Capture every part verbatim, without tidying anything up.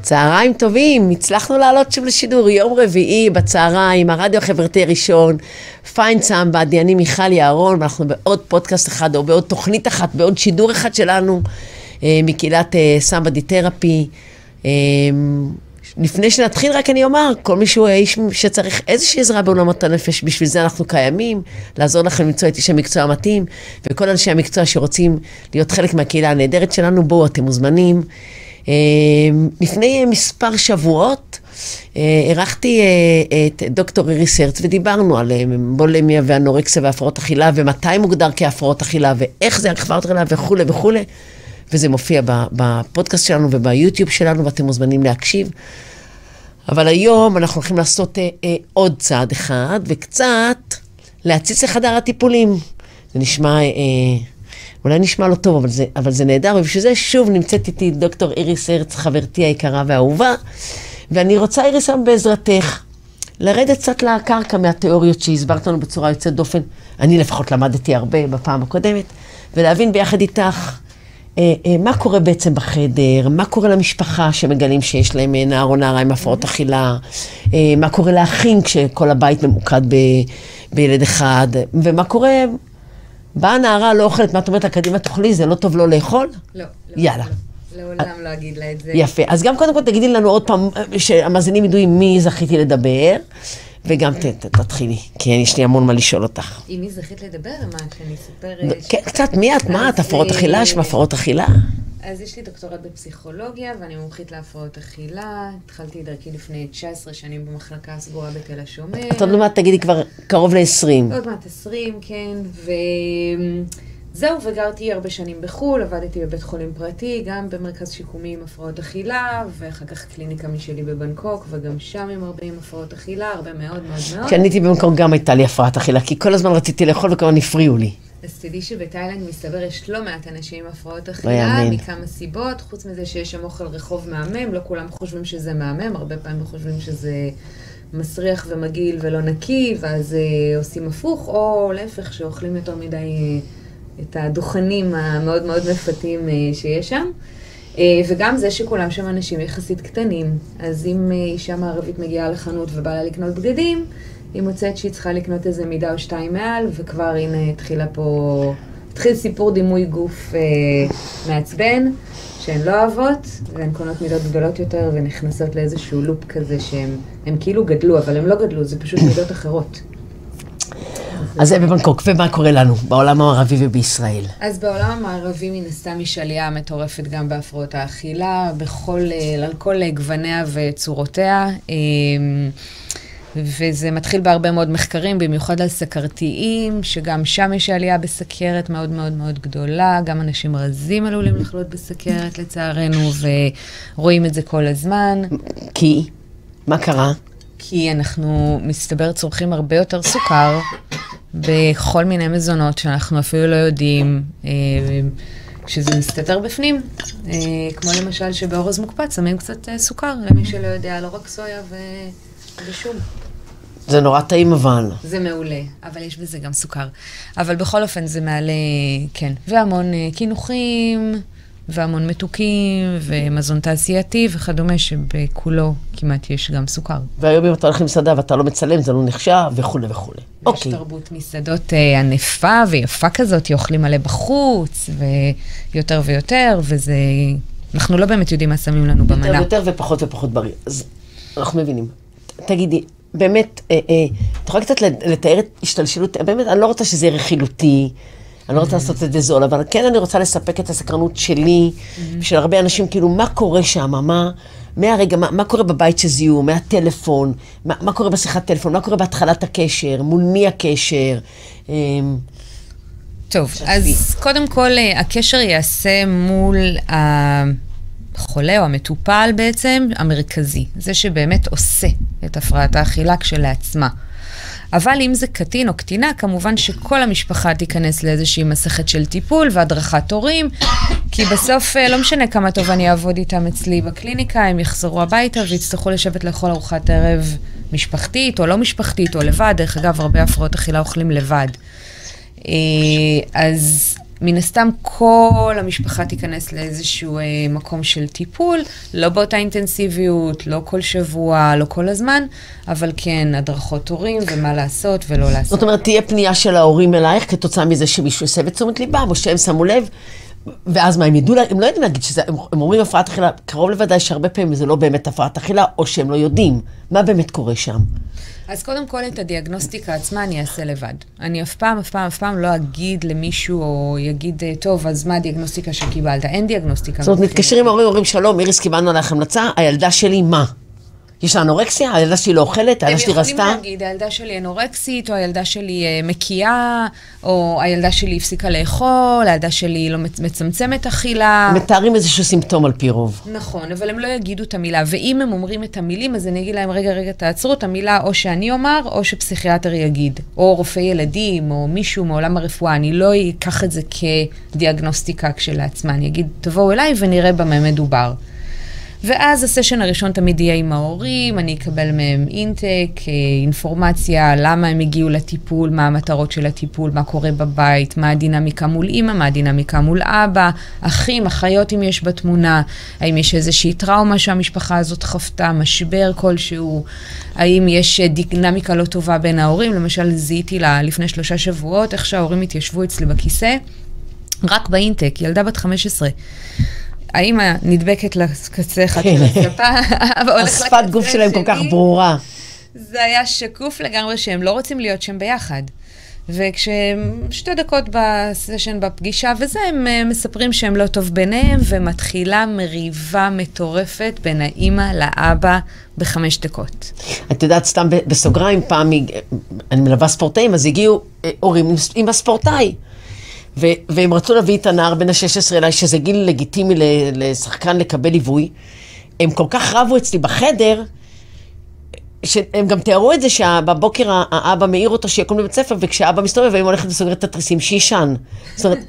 צהריים טובים, הצלחנו לעלות שוב לשידור יום רביעי בצהריים, הרדיו החברתי הראשון, פיין סמבדי, אני מיכל יערון, ואנחנו בעוד פודקאסט אחד או בעוד תוכנית אחת, בעוד שידור אחד שלנו, אה, מקהילת אה, סמבדי תרפי. אה, לפני שנתחיל רק אני אומר, כל מישהו איש שצריך איזושהי עזרה בעולמות הנפש, בשביל זה אנחנו קיימים, לעזור לכם למצוא את איש המקצוע המתאים, וכל אנשי המקצוע שרוצים להיות חלק מהקהילה הנהדרת שלנו, בואו אתם מוזמנים. לפני מספר שבועות ערכתי את דוקטור איריס הרץ ודיברנו על בולמיה ואנורקסיה והפרעות אכילה ומתי מוגדר כהפרעות אכילה ואיך זה הפרעות אכילה וכו' וכו', וזה מופיע בפודקאסט שלנו וביוטיוב שלנו ואתם מוזמנים להקשיב. אבל היום אנחנו הולכים לעשות עוד צעד אחד וקצת להציץ לחדר הטיפולים. זה נשמע אולי נשמע לא טוב, אבל זה, אבל זה נהדר, ובשביל זה שוב נמצאת איתי דוקטור איריס הרץ, חברתי היקרה והאהובה, ואני רוצה איריס היום בעזרתך, לרדת קצת לקרקע מהתיאוריות שהסברת לנו בצורה יוצאת דופן, אני לפחות למדתי הרבה בפעם הקודמת, ולהבין ביחד איתך אה, אה, מה קורה בעצם בחדר, מה קורה למשפחה שמגלים שיש להם נער או נערה עם הפרעות אכילה, אה, מה קורה לאחים כשכל הבית ממוקד ב, בילד אחד, ומה קורה... באה נערה, לא אוכלת, מה את אומרת לה, קדימה תאכלי, זה לא טוב לא לאכול? לא. יאללה. לעולם לא אגיד לה את זה. יפה. אז גם קודם כל תגידי לנו עוד פעם, שהמאזינים ידעו עם מי זכיתי לדבר, וגם תתחילי, כי יש לי המון מה לשאול אותך. עם מי זכית לדבר? מה, שאני אספר... כן, קצת, מי את? מה את? הפרעות אכילה? יש מהפרעות אכילה? אז יש לי דוקטורט בפסיכולוגיה, ואני מומחית להפרעות אכילה. התחלתי דרכי לפני תשע עשרה שנים במחלקה הסגורה בתל השומר. את עוד מעט תגידי כבר קרוב ל-עשרים. עוד מעט עשרים, כן. וזהו, וגרתי הרבה שנים בחול, עבדתי בבית חולים פרטי, גם במרכז שיקומי עם הפרעות אכילה, ואחר כך קליניקה משלי בבנקוק, וגם שם עם הרבה עם הפרעות אכילה, הרבה מאוד מאוד מאוד. כשאני הייתי בבנקוק גם הייתה לי הפרעת אכילה, כי כל הזמן רציתי לאכול וכבר הפריעו לי. אז תדעי שבתאילנד מסתבר יש לא מעט אנשים עם הפרעות אכילה, מכמה סיבות, חוץ מזה שיש שם אוכל רחוב מהמם, לא כולם חושבים שזה מהמם, הרבה פעמים חושבים שזה מסריח ומגעיל ולא נקי, ואז אה, עושים הפוך, או להפך, שאוכלים יותר מדי אה, את הדוכנים המאוד מאוד מפתים אה, שיש שם. אה, וגם זה שכולם שם אנשים יחסית קטנים, אז אם אה, אישה מערבית מגיעה לחנות ובא לה לקנות בגדים, היא מוצאת שהיא צריכה לקנות איזה מידה או שתיים מעל, וכבר הנה התחילה פה, התחיל סיפור דימוי גוף אה, מעצבן, שהן לא אוהבות, והן קונות מידות גדולות יותר, ונכנסות לאיזשהו לופ כזה שהן הם כאילו גדלו, אבל הן לא גדלו, זה פשוט מידות אחרות. אז זה בבנקוק, ומה קורה לנו בעולם המערבי ובישראל? אז בעולם המערבי מן הסתם יש עלייה מטורפת גם בהפרעות האכילה, בכל, על כל גווניה וצורותיה. וזה מתחיל בהרבה מאוד מחקרים, במיוחד על סכרתיים, שגם שם יש עלייה בסכרת מאוד מאוד מאוד גדולה, גם אנשים רזים עלולים לחלות בסכרת לצערנו, ורואים את זה כל הזמן. כי? מה קרה? כי אנחנו מסתבר צורכים הרבה יותר סוכר, בכל מיני מזונות שאנחנו אפילו לא יודעים, שזה מסתתר בפנים, כמו למשל שבאורז מוקפץ, שמים קצת סוכר, למי שלא יודע, לא רק סויה ו... ושום. זה נורא טעים אבל. זה מעולה, אבל יש בזה גם סוכר. אבל בכל אופן זה מעלה, כן, והמון קינוחים, והמון מתוקים, ומזון תעשייתי וכדומה, שבכולו כמעט יש גם סוכר. והיום אם אתה הולך למסעדה ואתה לא מצלם, זה לא נחשב וכו' וכו'. יש אוקיי. תרבות מסעדות אה, ענפה ויפה כזאת, אוכלים מלא בחוץ, ויותר ויותר, וזה... אנחנו לא באמת יודעים מה שמים לנו במנה. יותר ויותר ופחות ופחות בריא. אז אנחנו מבינים. תגידי, באמת, אה, אה, אתה יכולה קצת לתאר את השתלשלות, באמת, אני לא רוצה שזה יהיה רכילותי, אני לא רוצה לעשות את זה זול, אבל כן אני רוצה לספק את הסקרנות שלי, ושל הרבה אנשים, כאילו, מה קורה שם, מה, מהרגע, מה, מה קורה בבית שזיהו, מהטלפון, מה, מה קורה בשיחת טלפון, מה קורה בהתחלת הקשר, מול מי הקשר. אה, טוב, אז קודם כל, הקשר יעשה מול ה... חולה או המטופל בעצם, המרכזי. זה שבאמת עושה את הפרעת האכילה כשלעצמה. אבל אם זה קטין או קטינה, כמובן שכל המשפחה תיכנס לאיזושהי מסכת של טיפול והדרכת הורים, כי בסוף לא משנה כמה טוב אני אעבוד איתם אצלי בקליניקה, הם יחזרו הביתה ויצטרכו לשבת לאכול ארוחת ערב משפחתית או לא משפחתית או לבד. דרך אגב, הרבה הפרעות אכילה אוכלים לבד. אז מן הסתם כל המשפחה תיכנס לאיזשהו אה, מקום של טיפול, לא באותה אינטנסיביות, לא כל שבוע, לא כל הזמן, אבל כן, הדרכות הורים ומה לעשות ולא לעשות. זאת אומרת, תהיה פנייה של ההורים אלייך כתוצאה מזה שמישהו יסב את תשומת ליבם, או שהם שמו לב, ואז מה, הם ידעו, הם לא יודעים להגיד שזה, הם, הם אומרים הפרעת אכילה, קרוב לוודאי שהרבה פעמים זה לא באמת הפרעת אכילה, או שהם לא יודעים מה באמת קורה שם. אז קודם כל את הדיאגנוסטיקה עצמה אני אעשה לבד. אני אף פעם, אף פעם, אף פעם לא אגיד למישהו או יגיד, טוב, אז מה הדיאגנוסטיקה שקיבלת? אין דיאגנוסטיקה. זאת אומרת, מתקשרים ההורים, אומרים שלום, איריס, קיבלנו עליך המלצה, הילדה שלי מה? יש לה אנורקסיה? הילדה שלי לא אוכלת? הילדה שלי רסתה? הם יכולים להגיד, הילדה שלי אנורקסית, או הילדה שלי מקיאה, או הילדה שלי הפסיקה לאכול, הילדה שלי לא מצמצמת אכילה. מתארים איזשהו סימפטום על פי רוב. נכון, אבל הם לא יגידו את המילה. ואם הם אומרים את המילים, אז אני אגיד להם, רגע, רגע, תעצרו את המילה, או שאני אומר, או שפסיכיאטר יגיד. או רופא ילדים, או מישהו מעולם הרפואה. אני לא אקח את זה כדיאגנוסטיקה כשלעצמה. אני אגיד, תבואו אליי ונראה במה מדובר. ואז הסשן הראשון תמיד יהיה עם ההורים, אני אקבל מהם אינטק, אינפורמציה, למה הם הגיעו לטיפול, מה המטרות של הטיפול, מה קורה בבית, מה הדינמיקה מול אמא, מה הדינמיקה מול אבא, אחים, אחיות אם יש בתמונה, האם יש איזושהי טראומה שהמשפחה הזאת חוותה, משבר כלשהו, האם יש דינמיקה לא טובה בין ההורים, למשל זיהיתי לה לפני שלושה שבועות, איך שההורים התיישבו אצלי בכיסא, רק באינטק, ילדה בת חמש עשרה. האמא נדבקת לקצה אחד של הספה, השפת גוף שלהם כל כך ברורה. זה היה שקוף לגמרי שהם לא רוצים להיות שם ביחד. וכשהם שתי דקות בסשן בפגישה וזה, הם מספרים שהם לא טוב ביניהם, ומתחילה מריבה מטורפת בין האמא לאבא בחמש דקות. את יודעת, סתם בסוגריים פעם, אני מלווה ספורטאים, אז הגיעו הורים עם הספורטאי. והם רצו להביא את הנער בין ה-שש עשרה אליי, שזה גיל לגיטימי לשחקן לקבל ליווי. הם כל כך רבו אצלי בחדר, שהם גם תיארו את זה שבבוקר האבא מעיר אותו שיקום לבית ספר, וכשהאבא מסתובב, והם הולכת וסוגרת את התריסים, שישן. זאת אומרת,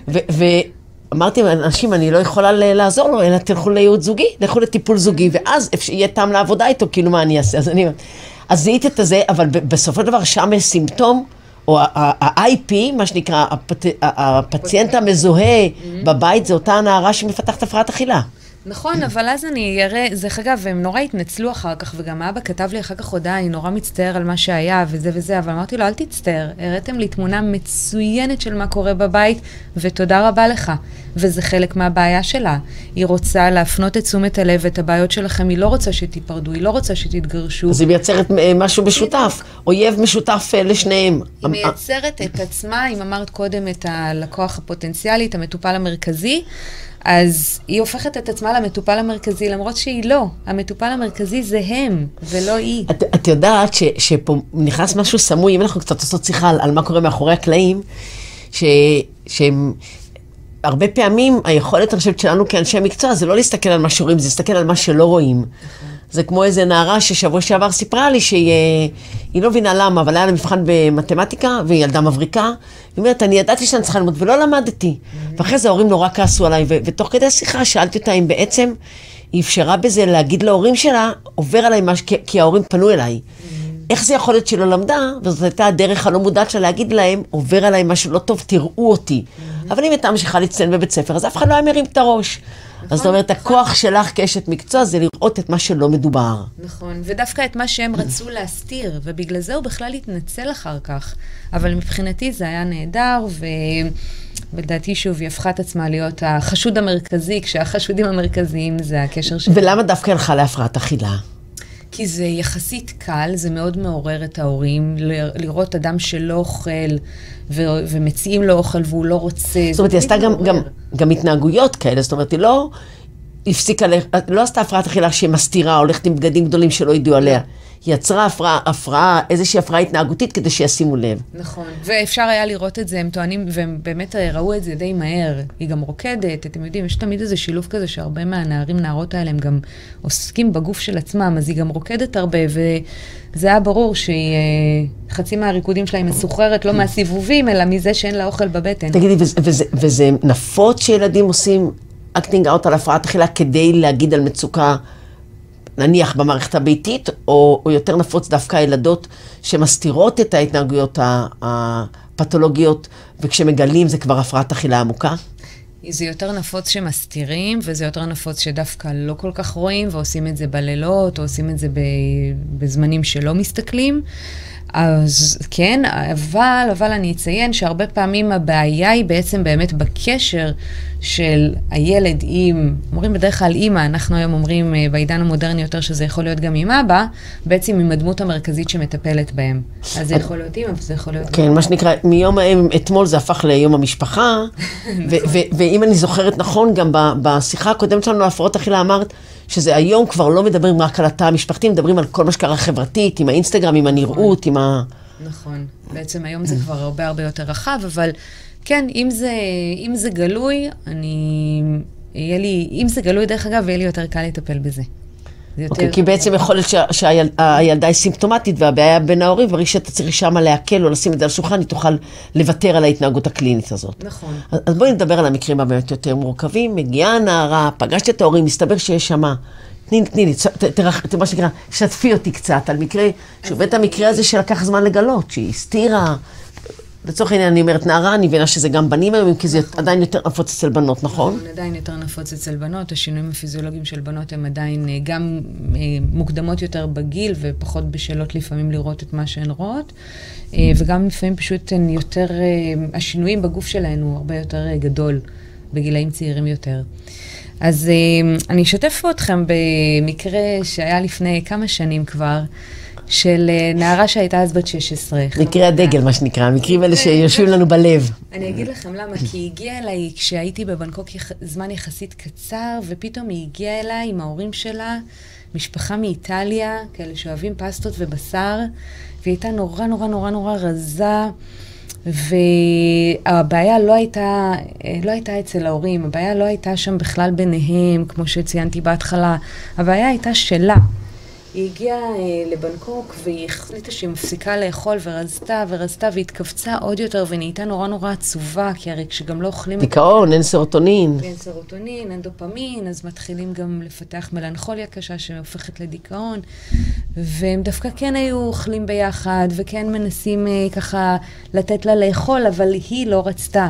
ואמרתי, אנשים, אני לא יכולה לעזור לו, אלא תלכו לייעוץ זוגי, לכו לטיפול זוגי, ואז יהיה טעם לעבודה איתו, כאילו מה אני אעשה. אז אני, אז זיהיתי את זה, אבל בסופו של דבר שם יש סימפטום, או ה-איי פי, מה שנקרא, הפציינט המזוהה בבית, זה אותה הנערה שמפתחת הפרעת אכילה. נכון, אבל אז אני אראה, זה אגב, והם נורא התנצלו אחר כך, וגם האבא כתב לי אחר כך הודעה, אני נורא מצטער על מה שהיה, וזה וזה, אבל אמרתי לו, אל תצטער, הראיתם לי תמונה מצוינת של מה קורה בבית, ותודה רבה לך. וזה חלק מהבעיה שלה. היא רוצה להפנות את תשומת הלב ואת הבעיות שלכם, היא לא רוצה שתיפרדו, היא לא רוצה שתתגרשו. אז היא מייצרת משהו משותף, אויב משותף לשניהם. היא מייצרת את עצמה, אם אמרת קודם את הלקוח הפוטנציאלי, את המטופל המרכזי, אז היא הופכת את עצמה למטופל המרכזי, למרות שהיא לא. המטופל המרכזי זה הם, ולא היא. את, את יודעת ש, שפה נכנס משהו סמוי, אם אנחנו קצת עושות שיחה על, על מה קורה מאחורי הקלעים, ש, שהם... הרבה פעמים היכולת, אני חושבת, שלנו כאנשי מקצוע, זה לא להסתכל על מה שרואים, זה להסתכל על מה שלא רואים. זה כמו איזה נערה ששבוע שעבר סיפרה לי שהיא לא מבינה למה, אבל היה לה מבחן במתמטיקה, והיא ילדה מבריקה. היא אומרת, אני ידעתי שאני צריכה ללמוד, ולא למדתי. ואחרי זה ההורים נורא כעסו עליי, ותוך כדי השיחה שאלתי אותה אם בעצם היא אפשרה בזה להגיד להורים שלה, עובר עליי משהו, כי ההורים פנו אליי. איך זה יכול להיות שלא למדה, וזאת הייתה הדרך הלא מודעת שלה להגיד להם, עובר עליי משהו לא טוב, תראו אותי. אבל אם הייתה ממשיכה להצטיין בבית ספר, אז אף אחד לא היה מרים את הראש. אז זאת אומרת, הכוח שלך כאשת מקצוע זה לראות את מה שלא מדובר. נכון, ודווקא את מה שהם רצו להסתיר, ובגלל זה הוא בכלל התנצל אחר כך. אבל מבחינתי זה היה נהדר, ובדעתי שוב היא הפכה את עצמה להיות החשוד המרכזי, כשהחשודים המרכזיים זה הקשר שלה. ולמה דווקא הלכה להפרעת אכילה? כי זה יחסית קל, זה מאוד מעורר את ההורים, לראות אדם שלא אוכל, ו- ומציעים לו אוכל והוא לא רוצה. זאת אומרת, היא עשתה גם, גם, גם התנהגויות כאלה, זאת אומרת, היא לא הפסיקה, לא עשתה הפרעת אכילה שהיא מסתירה, הולכת עם בגדים גדולים שלא ידעו עליה. היא יצרה הפרעה, הפרעה, איזושהי הפרעה התנהגותית כדי שישימו לב. נכון, ואפשר היה לראות את זה, הם טוענים, והם באמת ראו את זה די מהר. היא גם רוקדת, אתם יודעים, יש תמיד איזה שילוב כזה שהרבה מהנערים, נערות האלה, הם גם עוסקים בגוף של עצמם, אז היא גם רוקדת הרבה, וזה היה ברור שהיא, חצי מהריקודים שלה היא מסוחררת, לא מהסיבובים, אלא מזה שאין לה אוכל בבטן. תגידי, וזה, וזה, וזה נפוץ שילדים עושים אקטינג אאוט על הפרעת אכילה כדי להגיד על מצוקה, נניח במערכת הביתית, או, או יותר נפוץ דווקא ילדות שמסתירות את ההתנהגויות פתולוגיות, וכשמגלים זה כבר הפרעת אכילה עמוקה? זה יותר נפוץ שמסתירים, וזה יותר נפוץ שדווקא לא כל כך רואים, ועושים את זה בלילות, או עושים את זה בזמנים שלא מסתכלים. אז כן, אבל, אבל אני אציין שהרבה פעמים הבעיה היא בעצם באמת בקשר של הילד עם, אומרים בדרך כלל אמא, אנחנו היום אומרים בעידן המודרני יותר שזה יכול להיות גם עם אבא, בעצם עם הדמות המרכזית שמטפלת בהם. אז זה יכול להיות אמא, וזה יכול להיות... כן, מה שנקרא, מיום אתמול זה הפך ליום המשפחה, ואם אני זוכרת נכון, גם בשיחה הקודמת שלנו, להפרעות אכילה אמרת, שזה היום כבר לא מדברים רק על התא המשפחתי, מדברים על כל מה שקרה חברתית, עם האינסטגרם, עם הנראות, עם ה... נכון. בעצם היום זה כבר הרבה הרבה יותר רחב, אבל כן, אם זה, אם זה גלוי, אני... יהיה לי, אם זה גלוי דרך אגב, יהיה לי יותר קל לטפל בזה. אוקיי, כי בעצם יכול להיות שהילדה היא סימפטומטית, והבעיה בין ההורים, וראי שאתה צריך שמה להקל או לשים את זה על שולחן, היא תוכל לוותר על ההתנהגות הקלינית הזאת. נכון. אז בואי נדבר על המקרים הבאמת יותר מורכבים. מגיעה נערה, פגשת את ההורים, מסתבר שיש שמה. תני, תני לי, תראה מה שנקרא, שתפי אותי קצת על מקרה, שבאת המקרה הזה שלקח זמן לגלות, שהיא הסתירה. לצורך העניין, אני אומרת נערה, אני מבינה שזה גם בנים היום, כי זה עדיין יותר נפוץ אצל בנות, נכון? נכון, עדיין יותר נפוץ אצל בנות. השינויים הפיזיולוגיים של בנות הם עדיין גם מוקדמות יותר בגיל, ופחות בשאלות לפעמים לראות את מה שהן רואות, וגם לפעמים פשוט הן יותר, השינויים בגוף שלהן הוא הרבה יותר גדול, בגילאים צעירים יותר. אז אני אשתף אתכם במקרה שהיה לפני כמה שנים כבר, של נערה שהייתה אז בת שש עשרה. מקרה הדגל, מה שנקרא, המקרים האלה שיושבים לנו בלב. אני אגיד לכם למה, כי היא הגיעה אליי כשהייתי בבנקוק זמן יחסית קצר, ופתאום היא הגיעה אליי עם ההורים שלה, משפחה מאיטליה, כאלה שאוהבים פסטות ובשר, והיא הייתה נורא נורא נורא נורא רזה, והבעיה לא הייתה, לא הייתה אצל ההורים, הבעיה לא הייתה שם בכלל ביניהם, כמו שציינתי בהתחלה, הבעיה הייתה שלה. היא הגיעה לבנקוק והיא החליטה שהיא מפסיקה לאכול ורזתה ורזתה והתכווצה עוד יותר ונהייתה נורא נורא עצובה, כי הרי כשגם לא אוכלים... דיכאון, אין סרוטונין. אין סרוטונין, אין דופמין, אז מתחילים גם לפתח מלנכוליה קשה שהופכת לדיכאון, והם דווקא כן היו אוכלים ביחד וכן מנסים ככה לתת לה לאכול, אבל היא לא רצתה.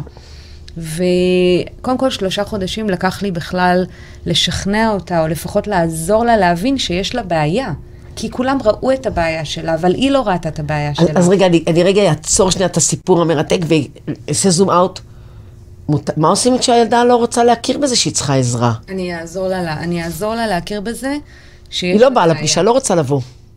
וקודם כל שלושה חודשים לקח לי בכלל לשכנע אותה, או לפחות לעזור לה להבין שיש לה בעיה. כי כולם ראו את הבעיה שלה, אבל היא לא ראתה את הבעיה שלה. אז רגע, אני, אני רגע אעצור שנייה את הסיפור המרתק, ועשה זום אאוט. מה עושים כשהילדה לא רוצה להכיר בזה שהיא צריכה עזרה? אני אעזור לה, אני אעזור לה להכיר בזה שיש היא לא באה לפגישה, לא רוצה לבוא.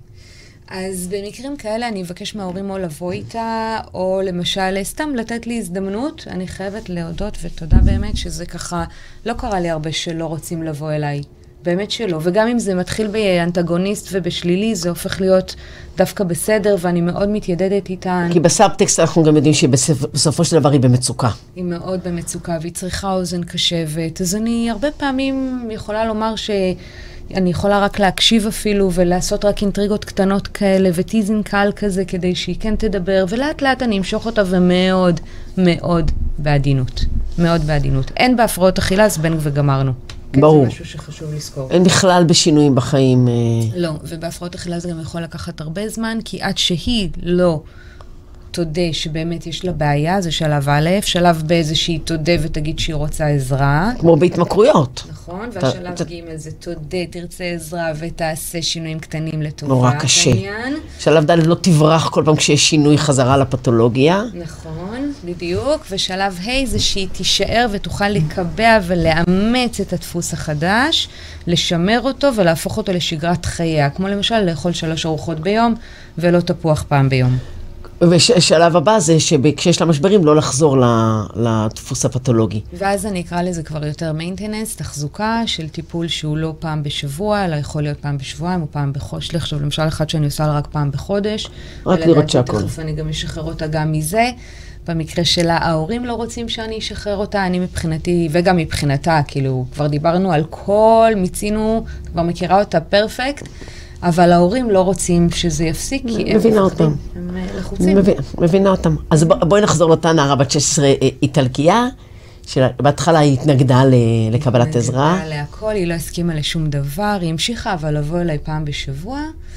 אז במקרים כאלה אני אבקש מההורים או לבוא איתה, או למשל סתם לתת לי הזדמנות. אני חייבת להודות ותודה באמת שזה ככה, לא קרה לי הרבה שלא רוצים לבוא אליי. באמת שלא. וגם אם זה מתחיל באנטגוניסט ובשלילי, זה הופך להיות דווקא בסדר, ואני מאוד מתיידדת איתה. כי בסאבטקסט אנחנו גם יודעים שבסופו של דבר היא במצוקה. היא מאוד במצוקה, והיא צריכה אוזן קשבת. אז אני הרבה פעמים יכולה לומר ש... אני יכולה רק להקשיב אפילו, ולעשות רק אינטריגות קטנות כאלה, וטיזין קל כזה, כדי שהיא כן תדבר, ולאט לאט אני אמשוך אותה, ומאוד, מאוד בעדינות. מאוד בעדינות. אין בהפרעות אכילה, אז בין וגמרנו. ברור. זה משהו שחשוב לזכור. אין בכלל בשינויים בחיים. לא, ובהפרעות אכילה זה גם יכול לקחת הרבה זמן, כי עד שהיא לא תודה שבאמת יש לה בעיה, זה שלב א', שלב באיזושהי תודה ותגיד שהיא רוצה עזרה. כמו בהתמכרויות. נכון, והשלב ג' זה תודה, תרצה עזרה ותעשה שינויים קטנים לטובת נורא קשה. העניין. שלב ד' לא תברח כל פעם כשיש שינוי חזרה לפתולוגיה. נכון, בדיוק. ושלב ה' זה שהיא תישאר ותוכל לקבע ולאמץ את הדפוס החדש, לשמר אותו ולהפוך אותו לשגרת חייה. כמו למשל לאכול שלוש ארוחות ביום ולא תפוח פעם ביום. ושלב הבא זה שכשיש לה משברים לא לחזור לדפוס הפתולוגי. ואז אני אקרא לזה כבר יותר maintenance, תחזוקה של טיפול שהוא לא פעם בשבוע, אלא יכול להיות פעם בשבועיים או פעם בחודש. עכשיו למשל אחד שאני עושה רק פעם בחודש. רק לראות שהכל. תכף אני גם אשחרר אותה גם מזה. במקרה שלה ההורים לא רוצים שאני אשחרר אותה, אני מבחינתי, וגם מבחינתה, כאילו כבר דיברנו על כל, מיצינו, כבר מכירה אותה פרפקט. אבל ההורים לא רוצים שזה יפסיק, כי הם מפחדים, הם לחוצים. מבינה אותם. אז בואי נחזור לאותה נערה בת שש עשרה איטלקיה, שבהתחלה היא התנגדה לקבלת עזרה. התנגדה להכל, היא לא הסכימה לשום דבר, היא המשיכה אבל לבוא אליי פעם בשבוע,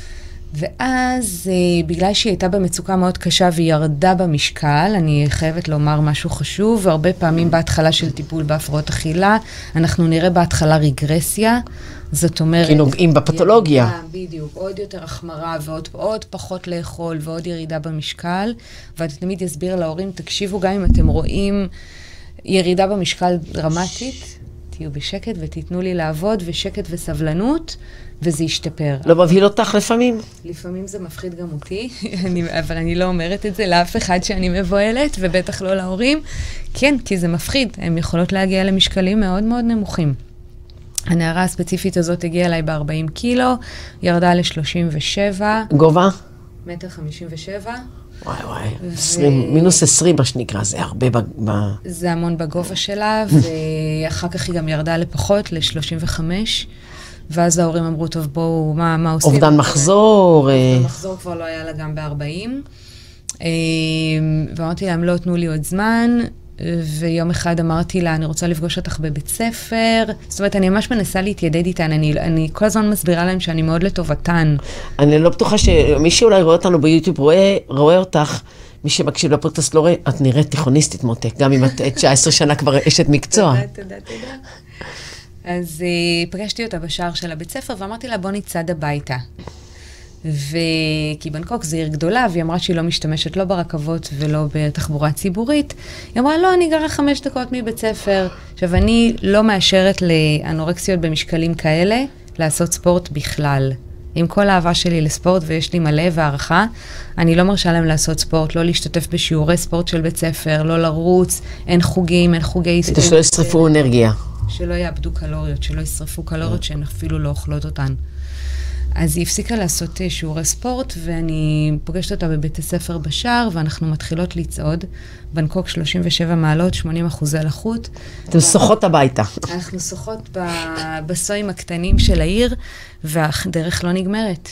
ואז, בגלל שהיא הייתה במצוקה מאוד קשה והיא ירדה במשקל, אני חייבת לומר משהו חשוב, והרבה פעמים בהתחלה של טיפול בהפרעות אכילה, אנחנו נראה בהתחלה רגרסיה, זאת אומרת... כי נוגעים בפתולוגיה. ירידה, בדיוק, עוד יותר החמרה ועוד עוד פחות לאכול ועוד ירידה במשקל, ואני תמיד אסביר להורים, תקשיבו גם אם אתם רואים ירידה במשקל דרמטית, תהיו בשקט ותיתנו לי לעבוד, ושקט וסבלנות, וזה ישתפר. לא מבהיל אותך לפעמים? לפעמים זה מפחיד גם אותי, אני, אבל אני לא אומרת את זה לאף אחד שאני מבועלת, ובטח לא להורים. כן, כי זה מפחיד. הן יכולות להגיע למשקלים מאוד מאוד נמוכים. הנערה הספציפית הזאת הגיעה אליי ב-ארבעים קילו, ירדה ל-שלושים ושבע. גובה? מטר חמישים ושבע. וואי וואי, עשרים, מינוס עשרים מה שנקרא, זה הרבה ב... זה המון בגובה שלה, ואחר כך היא גם ירדה לפחות, ל-שלושים וחמש. ואז ההורים אמרו, טוב, בואו, מה, מה עושים? אובדן מחזור. אובדן מחזור כבר לא היה לה גם ב-ארבעים. ואמרתי להם, לא תנו לי עוד זמן, ויום אחד אמרתי לה, אני רוצה לפגוש אותך בבית ספר. זאת אומרת, אני ממש מנסה להתיידד איתן, אני, אני כל הזמן מסבירה להם שאני מאוד לטובתן. אני לא בטוחה שמי שאולי רואה אותנו ביוטיוב, רואה, רואה אותך, מי שמקשיב לפודקאסט לא רואה, את נראית תיכוניסטית מותק, גם אם את תשע עשרה שנה כבר אשת מקצוע. תודה, תודה, תודה. אז uh, פגשתי אותה בשער של הבית ספר, ואמרתי לה, בוא נצעד הביתה. וכי בנקוק זה עיר גדולה, והיא אמרה שהיא לא משתמשת לא ברכבות ולא בתחבורה ציבורית. היא אמרה, לא, אני גרה חמש דקות מבית ספר. עכשיו, אני לא מאשרת לאנורקסיות במשקלים כאלה, לעשות ספורט בכלל. עם כל האהבה שלי לספורט, ויש לי מלא והערכה, אני לא מרשה להם לעשות ספורט, לא להשתתף בשיעורי ספורט של בית ספר, לא לרוץ, אין חוגים, אין חוגי היסטוריה. שלא ישרפו אנרגיה. שלא יאבדו קלוריות, שלא ישרפו קלוריות שהן אפילו לא אוכלות אותן. אז היא הפסיקה לעשות שיעורי ספורט, ואני פוגשת אותה בבית הספר בשער, ואנחנו מתחילות לצעוד. בנקוק שלושים ושבע מעלות, שמונים אחוזי לחות. אתם שוחות הביתה. אנחנו שוחות בסועים הקטנים של העיר, והדרך לא נגמרת.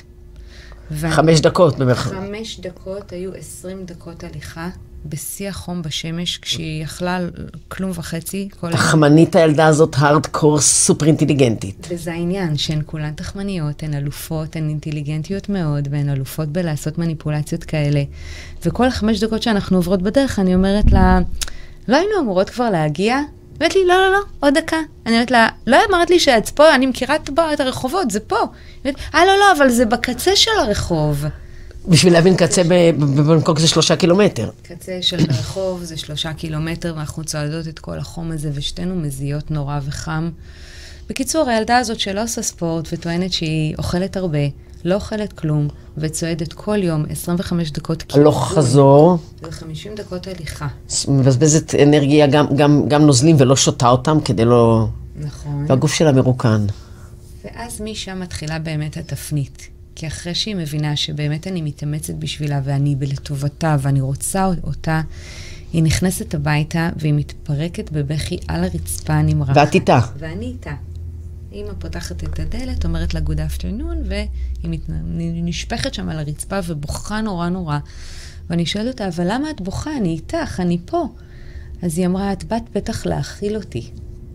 חמש דקות במרחב. חמש דקות, היו עשרים דקות הליכה. בשיא החום בשמש, כשהיא יכלה כלום וחצי. תחמנית הילדה הזאת, הארדקור, סופר אינטליגנטית. וזה העניין, שהן כולן תחמניות, הן אלופות, הן אינטליגנטיות מאוד, והן אלופות בלעשות מניפולציות כאלה. וכל החמש דקות שאנחנו עוברות בדרך, אני אומרת לה, לא היינו אמורות כבר להגיע? אומרת לי, לא, לא, לא, עוד דקה. אני אומרת לה, לא אמרת לי שאת פה, אני מכירה את הרחובות, זה פה. אה, לא, לא, אבל זה בקצה של הרחוב. בשביל להבין, קצה בבנקוק זה שלושה קילומטר. קצה של הרחוב זה שלושה קילומטר, ואנחנו צועדות את כל החום הזה, ושתינו מזיעות נורא וחם. בקיצור, הילדה הזאת שלא עושה ספורט, וטוענת שהיא אוכלת הרבה, לא אוכלת כלום, וצועדת כל יום עשרים וחמש דקות כיוון. הלוך חזור. ו-חמישים דקות הליכה. מבזבזת אנרגיה, גם, גם, גם נוזלים ולא שותה אותם, כדי לא... נכון. והגוף שלה מרוקן. ואז משם מתחילה באמת התפנית. כי אחרי שהיא מבינה שבאמת אני מתאמצת בשבילה, ואני בלטובתה, ואני רוצה אותה, היא נכנסת הביתה, והיא מתפרקת בבכי על הרצפה נמרחת. ואת איתה. ואני איתה. אמא פותחת את הדלת, אומרת לה good afternoon, והיא נשפכת שם על הרצפה, ובוכה נורא נורא. ואני שואלת אותה, אבל למה את בוכה? אני איתך, אני פה. אז היא אמרה, את באת בטח להאכיל אותי.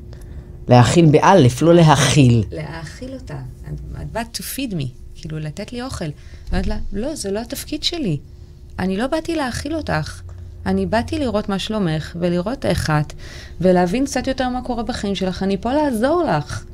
להאכיל באלף, לא להאכיל. להאכיל אותה. את באת to feed me. כאילו, לתת לי אוכל. ואומרת לה, לא, זה לא התפקיד שלי. אני לא באתי להאכיל אותך. אני באתי לראות מה שלומך, ולראות איך את, ולהבין קצת יותר מה קורה בחיים שלך. אני פה לעזור לך.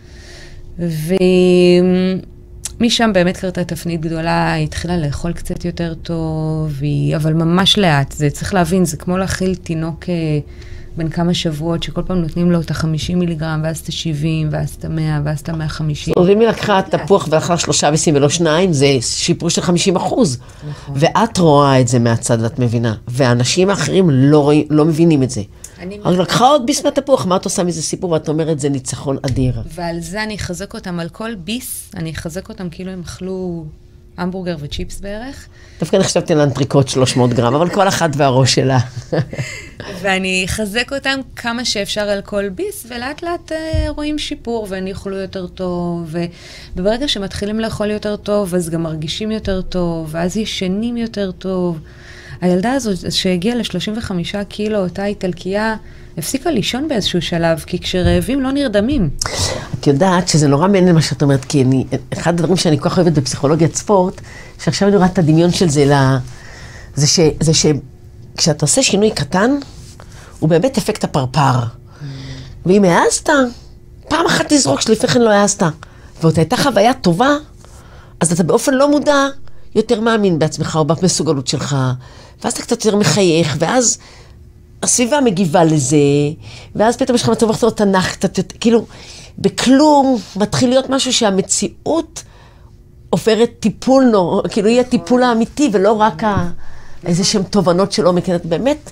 ומשם באמת קרתה תפנית גדולה, היא התחילה לאכול קצת יותר טוב, והיא... אבל ממש לאט. זה צריך להבין, זה כמו להאכיל תינוק בין כמה שבועות, שכל פעם נותנים לו את ה-חמישים מיליגרם, ואז את ה-שבעים, ואז את ה-מאה, ואז את ה-מאה וחמישים. אז אם היא לקחה תפוח ואכלה שלושה ביסים ולא שניים, זה שיפור של חמישים אחוז. נכון. ואת רואה את זה מהצד, ואת מבינה. והאנשים האחרים לא, לא מבינים את זה. רק לקחה עוד ביס מהתפוח, מה את עושה מזה סיפור? ואת אומרת, זה ניצחון אדיר. ועל זה אני אחזק אותם, על כל ביס, אני אחזק אותם כאילו הם אכלו המבורגר וצ'יפס בערך. דווקא אני חשבתי על אנטריקוט שלוש מאות גרם, אבל כל אחת והראש שלה. ואני אחזק אותם כמה שאפשר על כל ביס, ולאט לאט רואים שיפור, והם יאכלו יותר טוב, וברגע שמתחילים לאכול יותר טוב, אז גם מרגישים יותר טוב, ואז ישנים יותר טוב. הילדה הזו שהגיעה ל-שלושים וחמישה קילו, אותה איטלקייה, הפסיקה לישון באיזשהו שלב, כי כשרעבים לא נרדמים. את יודעת שזה נורא מעניין מה שאת אומרת, כי אני, אחד הדברים שאני כל כך אוהבת בפסיכולוגיית ספורט, שעכשיו אני רואה את הדמיון של זה, לה, זה, ש, זה שכשאתה עושה שינוי קטן, הוא באמת אפקט הפרפר. Mm. ואם העזת, פעם אחת תזרוק שלפני כן לא העזת, ועוד הייתה חוויה טובה, אז אתה באופן לא מודע יותר מאמין בעצמך או במסוגלות שלך, ואז אתה קצת יותר מחייך, ואז הסביבה מגיבה לזה, ואז פתאום יש לך מצב לחזור תנ"ך, כאילו, בכלום מתחיל להיות משהו שהמציאות עוברת טיפול, נו, כאילו יהיה טיפול האמיתי, ולא רק איזה שהן תובנות שלא מכנת באמת,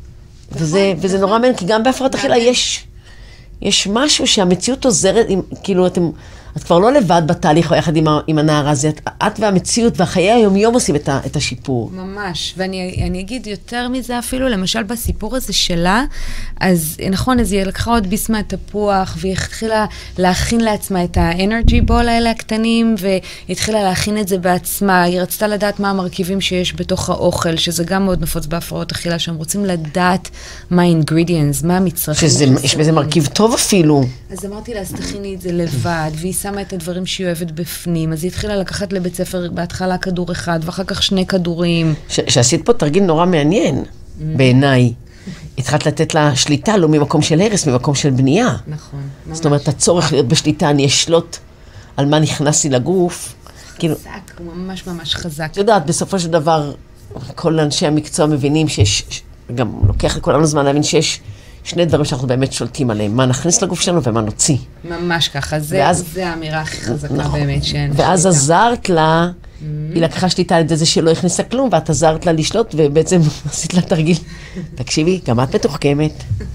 וזה, וזה נורא מעניין, כי גם בהפרעות אכילה יש, יש משהו שהמציאות עוזרת, כאילו אתם, את כבר לא לבד בתהליך או יחד עם, עם הנער הזה, את, את והמציאות והחיי היום-יום עושים את, ה, את השיפור. ממש, ואני אני אגיד יותר מזה אפילו, למשל בסיפור הזה שלה, אז נכון, אז היא לקחה עוד ביס מהתפוח, והיא התחילה להכין לעצמה את האנרגי בול האלה הקטנים, והיא התחילה להכין את זה בעצמה, היא רצתה לדעת מה המרכיבים שיש בתוך האוכל, שזה גם מאוד נפוץ בהפרעות אכילה, שהם רוצים לדעת מה ה-ingredients, מה המצרכים. שזה, יש בזה מרכיב טוב אפילו. אז אמרתי לה, אז תכיני את זה לבד, והיא שמה את הדברים שהיא אוהבת בפנים, אז היא התחילה לקחת לבית ספר בהתחלה כדור אחד, ואחר כך שני כדורים. ש- שעשית פה תרגיל נורא מעניין, mm-hmm. בעיניי. התחלת לתת לה שליטה, לא ממקום של הרס, ממקום של בנייה. נכון, ממש. זאת אומרת, הצורך להיות בשליטה, אני אשלוט על מה נכנס לי לגוף. חזק, כאילו, ממש ממש חזק. את יודעת, בסופו של דבר, כל אנשי המקצוע מבינים שיש, גם לוקח לכולנו זמן להבין שיש שני דברים שאנחנו באמת שולטים עליהם, מה נכניס לגוף שלנו ומה נוציא. ממש ככה, זה, ואז, זה האמירה הכי חזקה נכון. באמת שאין. ואז שליטה. עזרת לה, mm-hmm. היא לקחה שליטה על זה שלא הכניסה כלום, ואת עזרת לה לשלוט, ובעצם עשית לה תרגיל. תקשיבי, גם את מתוחכמת.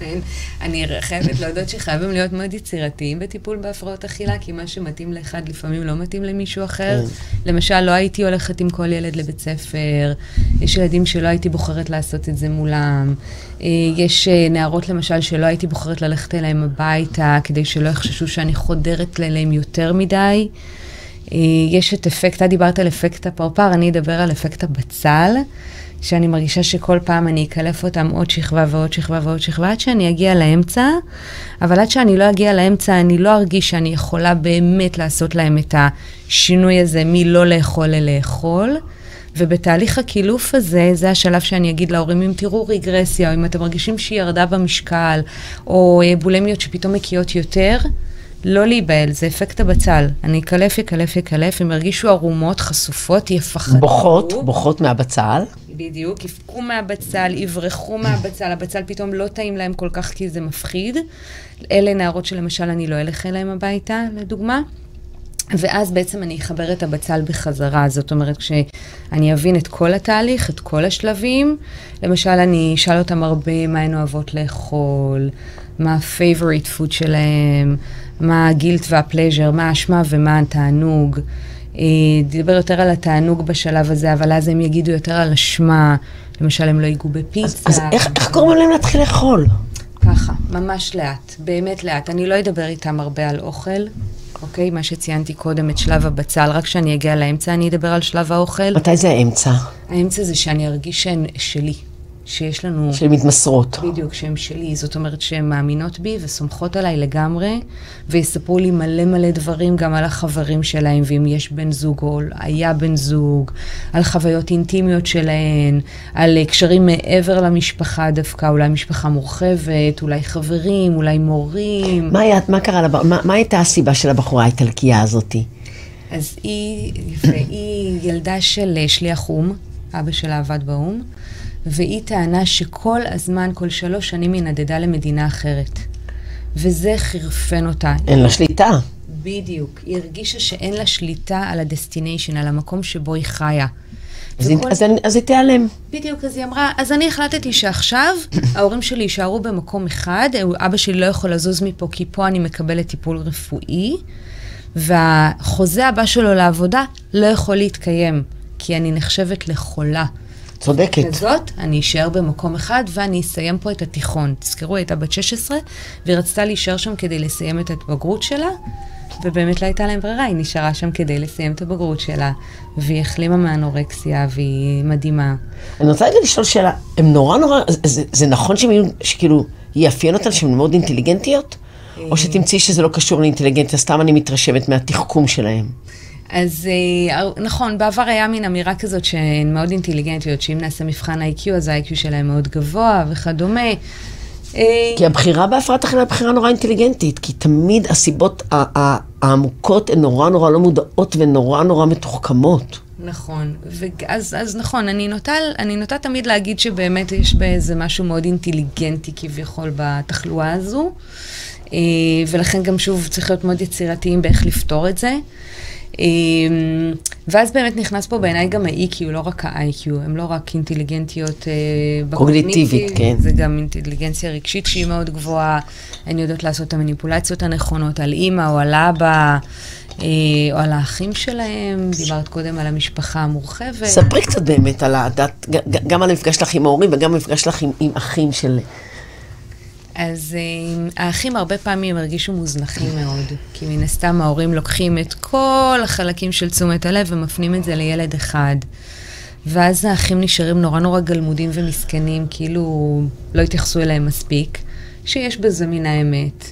אני חייבת להודות שחייבים להיות מאוד יצירתיים בטיפול בהפרעות אכילה, כי מה שמתאים לאחד לפעמים לא מתאים למישהו אחר. למשל, לא הייתי הולכת עם כל ילד לבית ספר, יש ילדים שלא הייתי בוחרת לעשות את זה מולם, יש נערות למשל שלא הייתי בוחרת ללכת אליהם הביתה, כדי שלא יחששו שאני חודרת אליהם יותר מדי. יש את אפקט, אתה דיברת על אפקט הפרפר, אני אדבר על אפקט הבצל, שאני מרגישה שכל פעם אני אקלף אותם עוד שכבה ועוד שכבה ועוד שכבה, עד שאני אגיע לאמצע, אבל עד שאני לא אגיע לאמצע, אני לא ארגיש שאני יכולה באמת לעשות להם את השינוי הזה, מי לא לאכול ללאכול, ובתהליך הקילוף הזה, זה השלב שאני אגיד להורים, אם תראו רגרסיה, או אם אתם מרגישים שהיא ירדה במשקל, או בולמיות שפתאום מקיאות יותר, לא להיבהל, זה אפקט הבצל. אני אקלף, יקלף, יקלף, הם ירגישו ערומות, חשופות, יפחדו. בוכות, בוכות מהבצל. בדיוק, יפקו מהבצל, יברחו מהבצל, הבצל פתאום לא טעים להם כל כך כי זה מפחיד. אלה נערות שלמשל אני לא אלך אליהם הביתה, לדוגמה. ואז בעצם אני אחבר את הבצל בחזרה, זאת אומרת, כשאני אבין את כל התהליך, את כל השלבים, למשל אני אשאל אותם הרבה מה הן אוהבות לאכול, מה ה-favorite food שלהם, מה הגילט והפלז'ר, מה האשמה ומה התענוג. דיבר יותר על התענוג בשלב הזה, אבל אז הם יגידו יותר על אשמה, למשל הם לא ייגעו בפיצה. אז, אז איך, איך קוראים להם להתחיל לאכול? ככה, ממש לאט, באמת לאט. אני לא אדבר איתם הרבה על אוכל. אוקיי, מה שציינתי קודם, את שלב הבצל, רק כשאני אגיע לאמצע, אני אדבר על שלב האוכל. מתי זה האמצע? האמצע זה שאני ארגיש שהן שלי, שיש לנו... שהן מתמסרות. בדיוק, שהן שלי, זאת אומרת שהן מאמינות בי וסומכות עליי לגמרי, ויספרו לי מלא מלא דברים גם על החברים שלהם, ואם יש בן זוג או היה בן זוג, על חוויות אינטימיות שלהן, על קשרים מעבר למשפחה דווקא, אולי משפחה מורחבת, אולי חברים, אולי מורים. מה היה, מה קרה, לב... מה, מה הייתה הסיבה של הבחורה האיטלקייה הזאת? אז היא, היא ילדה של שליח אום, אבא שלה עבד באום, והיא טענה שכל הזמן, כל שלוש שנים היא נדדה למדינה אחרת. וזה חרפן אותה. אין לה שליטה. בדיוק. היא הרגישה שאין לה שליטה על הדסטיניישן, על המקום שבו היא חיה. אז, וכל... אז, אז היא תיעלם. בדיוק, אז היא אמרה, אז אני החלטתי שעכשיו ההורים שלי יישארו במקום אחד, אבא שלי לא יכול לזוז מפה, כי פה אני מקבלת טיפול רפואי, והחוזה הבא שלו לעבודה לא יכול להתקיים, כי אני נחשבת לחולה. צודקת. כזאת, אני אשאר במקום אחד, ואני אסיים פה את התיכון. תזכרו, הייתה בת שש עשרה, והיא רצתה להישאר שם כדי לסיים את הבגרות שלה, ובאמת לא הייתה להם ברירה, היא נשארה שם כדי לסיים את הבגרות שלה, והיא החלימה מאנורקסיה, והיא מדהימה. אני רוצה רגע לשאול שאלה, הם נורא נורא, זה, זה נכון שהם, שכאילו, יאפיין אותן שהן מאוד אינטליגנטיות? או שתמצאי שזה לא קשור לאינטליגנציה, סתם אני מתרשמת מהתחכום שלהם? אז נכון, בעבר היה מין אמירה כזאת שהן מאוד אינטליגנטיות, שאם נעשה מבחן איי קיו, אז ה-איי קיו שלהם מאוד גבוה וכדומה. כי הבחירה בהפרעת אכילה היא בחירה נורא אינטליגנטית, כי תמיד הסיבות העמוקות הן נורא נורא לא מודעות ונורא נורא מתוחכמות. נכון, ואז, אז נכון, אני נוטה, אני נוטה תמיד להגיד שבאמת יש באיזה משהו מאוד אינטליגנטי כביכול בתחלואה הזו, ולכן גם שוב צריך להיות מאוד יצירתיים באיך לפתור את זה. ואז באמת נכנס פה בעיניי גם ה-איי קיו, לא רק ה-איי קיו, הם לא רק אינטליגנטיות קוגניטיבית, כן. זה גם אינטליגנציה רגשית שהיא מאוד גבוהה, הן יודעות לעשות את המניפולציות הנכונות על אימא או על אבא, או על האחים שלהם, דיברת קודם על המשפחה המורחבת. ספרי קצת באמת על הדת, גם על המפגש שלך עם ההורים וגם המפגש שלך עם, עם אחים של... אז האחים הרבה פעמים הרגישו מוזנחים מאוד, כי מן הסתם ההורים לוקחים את כל החלקים של תשומת הלב ומפנים את זה לילד אחד. ואז האחים נשארים נורא נורא גלמודים ומסכנים, כאילו לא התייחסו אליהם מספיק, שיש בזה מן האמת.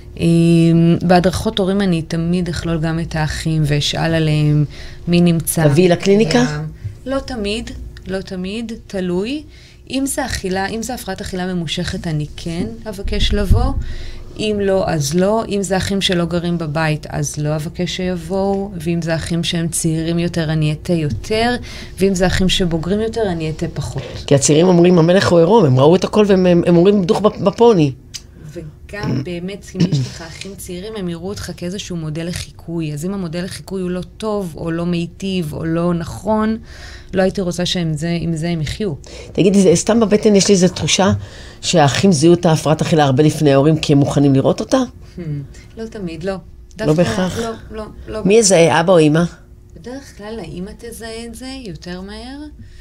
בהדרכות הורים אני תמיד אכלול גם את האחים ואשאל עליהם מי נמצא. תביאי לקליניקה? לא תמיד, לא תמיד, תלוי. אם זה אכילה, אם זה הפרעת אכילה ממושכת, אני כן אבקש לבוא. אם לא, אז לא. אם זה אחים שלא גרים בבית, אז לא אבקש שיבואו. ואם זה אחים שהם צעירים יותר, אני אתה יותר. ואם זה אחים שבוגרים יותר, אני אתה פחות. כי הצעירים אומרים, המלך הוא עירום, הם ראו את הכל והם הם אומרים בדוך בפוני. וגם באמת, אם יש לך אחים צעירים, הם יראו אותך כאיזשהו מודל לחיקוי. אז אם המודל לחיקוי הוא לא טוב, או לא מיטיב, או לא נכון, לא הייתי רוצה שעם זה, עם זה הם יחיו. תגידי, סתם בבטן יש לי איזו תחושה שהאחים זיהו את ההפרעת אכילה הרבה לפני ההורים, כי הם מוכנים לראות אותה? לא תמיד, לא. לא בהכרח? לא, לא, לא. מי יזהה, אבא או אמא? בדרך כלל, האמא תזהה את זה יותר מהר.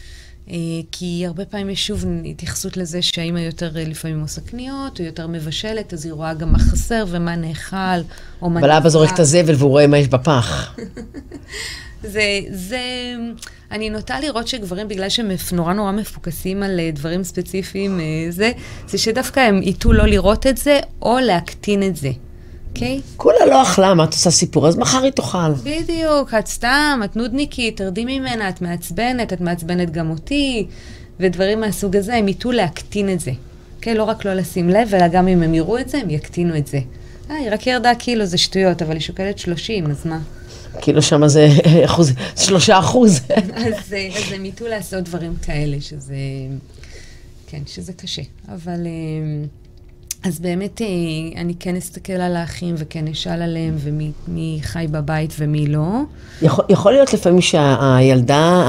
כי הרבה פעמים יש שוב התייחסות לזה שהאמא יותר לפעמים עושה קניות, או יותר מבשלת, אז היא רואה גם מה חסר ומה נאכל, או מה... אבל אבא זורק את הזבל והוא רואה מה יש בפח. זה, זה, אני נוטה לראות שגברים, בגלל שהם נורא נורא מפוקסים על דברים ספציפיים, זה, זה שדווקא הם ייתו לא לראות את זה, או להקטין את זה. אוקיי? כולה לא אכלה, מה את עושה סיפור? אז מחר היא תאכל. בדיוק, את סתם, את נודניקית, תרדי ממנה, את מעצבנת, את מעצבנת גם אותי, ודברים מהסוג הזה, הם ייתו להקטין את זה. אוקיי? לא רק לא לשים לב, אלא גם אם הם יראו את זה, הם יקטינו את זה. אה, היא רק ירדה קילו, זה שטויות, אבל היא שוקלת שלושים, אז מה? קילו שמה זה אחוז, שלושה אחוז. אז, אז הם ייתו לעשות דברים כאלה, שזה, כן, שזה קשה. אבל... אז באמת אני כן אסתכל על האחים וכן אשאל עליהם ומי חי בבית ומי לא. יכול, יכול להיות לפעמים שהילדה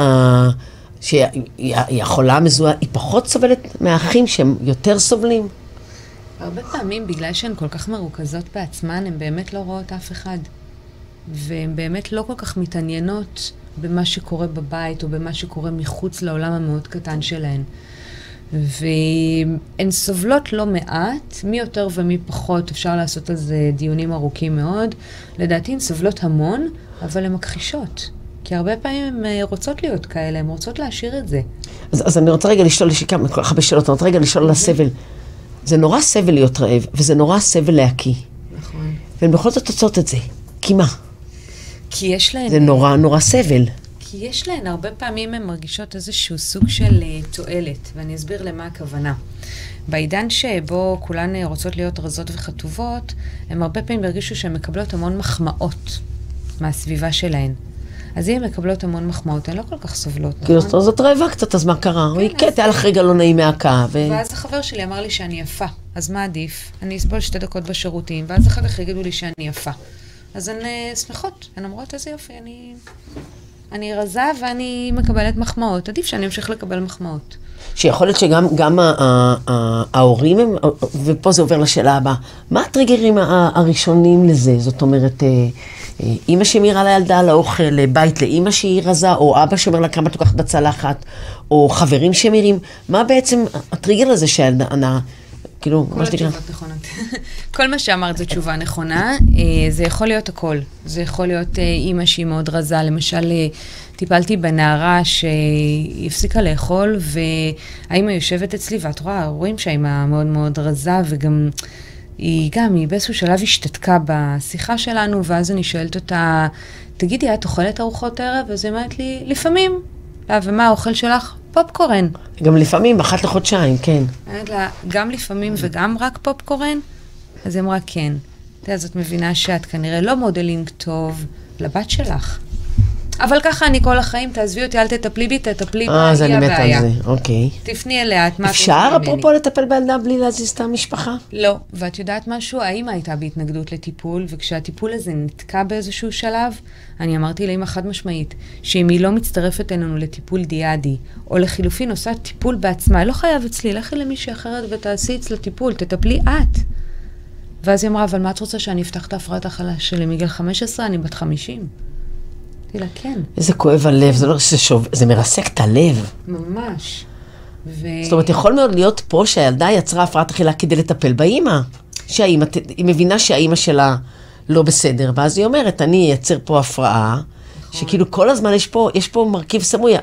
שהיא החולה המזוהה, היא פחות סובלת מהאחים שהם יותר סובלים? הרבה פעמים בגלל שהן כל כך מרוכזות בעצמן, הן באמת לא רואות אף אחד. והן באמת לא כל כך מתעניינות במה שקורה בבית או במה שקורה מחוץ לעולם המאוד קטן שלהן. והן סובלות לא מעט, מי יותר ומי פחות, אפשר לעשות על זה דיונים ארוכים מאוד. לדעתי הן סובלות המון, אבל הן מכחישות. כי הרבה פעמים הן רוצות להיות כאלה, הן רוצות להשאיר את זה. אז, אז אני רוצה רגע לשאול, יש לי כמה הרבה שאלות, אני רוצה רגע לשאול על הסבל. זה נורא סבל להיות רעב, וזה נורא סבל להקיא. נכון. והן בכל זאת תוצאות את זה. כי מה? כי יש להן... זה נורא נורא סבל. כי יש להן, הרבה פעמים הן מרגישות איזשהו סוג של uh, תועלת, ואני אסביר למה הכוונה. בעידן שבו כולן רוצות להיות רזות וחטובות, הן הרבה פעמים הרגישו שהן מקבלות המון מחמאות מהסביבה שלהן. אז אם הן מקבלות המון מחמאות, הן לא כל כך סובלות, נכון? כאילו, זאת רעבה קצת, אז מה קרה? היא קטע, הלך רגע לא נעים מהקה. ואז החבר שלי אמר לי שאני יפה, אז מה עדיף? אני אסבול שתי דקות בשירותים, ואז אחר כך יגידו לי שאני יפה. אז הן שמחות, הן אומרות, איזה יופי, אני... אני רזה ואני מקבלת מחמאות. עדיף שאני אמשיך לקבל מחמאות. שיכול להיות שגם גם ההורים הם, ופה זה עובר לשאלה הבאה, מה הטריגרים הראשונים לזה? זאת אומרת, אמא שמירה לילדה לאוכל, בית לאמא שהיא רזה, או אבא שאומר לה כמה תוקחת בצלחת, או חברים שמירים, מה בעצם הטריגר לזה שהילדה ענה? כאילו, כל התשובות נכונות. כל מה שאמרת זו תשובה נכונה, זה יכול להיות הכל. זה יכול להיות אימא שהיא מאוד רזה, למשל, טיפלתי בנערה שהיא הפסיקה לאכול, והאימא יושבת אצלי, ואת רואה, רואים שהאימא מאוד מאוד רזה, וגם היא גם, היא באיזשהו שלב השתתקה בשיחה שלנו, ואז אני שואלת אותה, תגידי, את אוכלת ארוחות ערב? אז היא אומרת לי, לפעמים. ומה האוכל שלך? פופקורן. גם לפעמים, אחת לחודשיים, כן. אני אומרת לה, גם לפעמים וגם רק פופקורן? אז היא אמרה, כן. אז את מבינה שאת כנראה לא מודלינג טוב לבת שלך. אבל ככה אני כל החיים, תעזבי אותי, אל תטפלי בי, תטפלי בה, היא הבעיה. אה, אז אני מתה על זה, אוקיי. תפני אליה, את מה... אפשר אפרופו לטפל בילדה בלי להזיז את המשפחה? לא, ואת יודעת משהו? האמא הייתה בהתנגדות לטיפול, וכשהטיפול הזה נתקע באיזשהו שלב, אני אמרתי לאמא חד משמעית, שאם היא לא מצטרפת אלינו לטיפול דיאדי, או לחילופין עושה טיפול בעצמה, היא לא חייב אצלי, לכי למישהי אחרת ותעשי אצלה טיפול, תטפלי את. ואז היא אמרה, אבל מה את רוצה שאני אפתח את ההפרעת אכילה שלי מגיל חמש עשרה, אני בת חמישים. לה, כן. איזה כואב הלב, זה לא ששוב, זה מרסק את הלב. ממש. ו... זאת אומרת, יכול מאוד להיות פה שהילדה יצרה הפרעת אכילה כדי לטפל באמא. שהאמא, היא מבינה שהאמא שלה לא בסדר, ואז היא אומרת, אני אייצר פה הפרעה, נכון. שכאילו כל הזמן יש פה, יש פה מרכיב סמוי,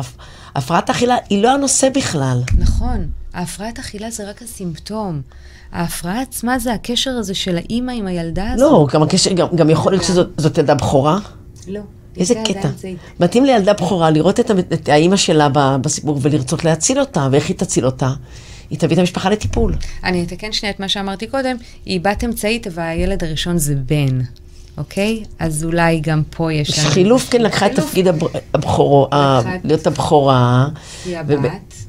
ההפרעת אכילה היא לא הנושא בכלל. נכון, ההפרעת אכילה זה רק הסימפטום. ההפרעה עצמה זה הקשר הזה של האמא עם הילדה הזאת. לא, גם, הקשר, גם, גם יכול להיות שזאת ילדה בחורה. לא. איזה קטע. מתאים לילדה בחורה לראות את, את האמא שלה בסיפור ולרצות להציל אותה, ואיך היא תציל אותה. היא תביא את המשפחה לטיפול. אני אתקן שנייה את מה שאמרתי קודם, היא בת אמצעית, אבל הילד הראשון זה בן, אוקיי? אז אולי גם פה יש... חילוף, כן, לקחה את תפקיד הבחורו, להיות הבחורה. היא הבת.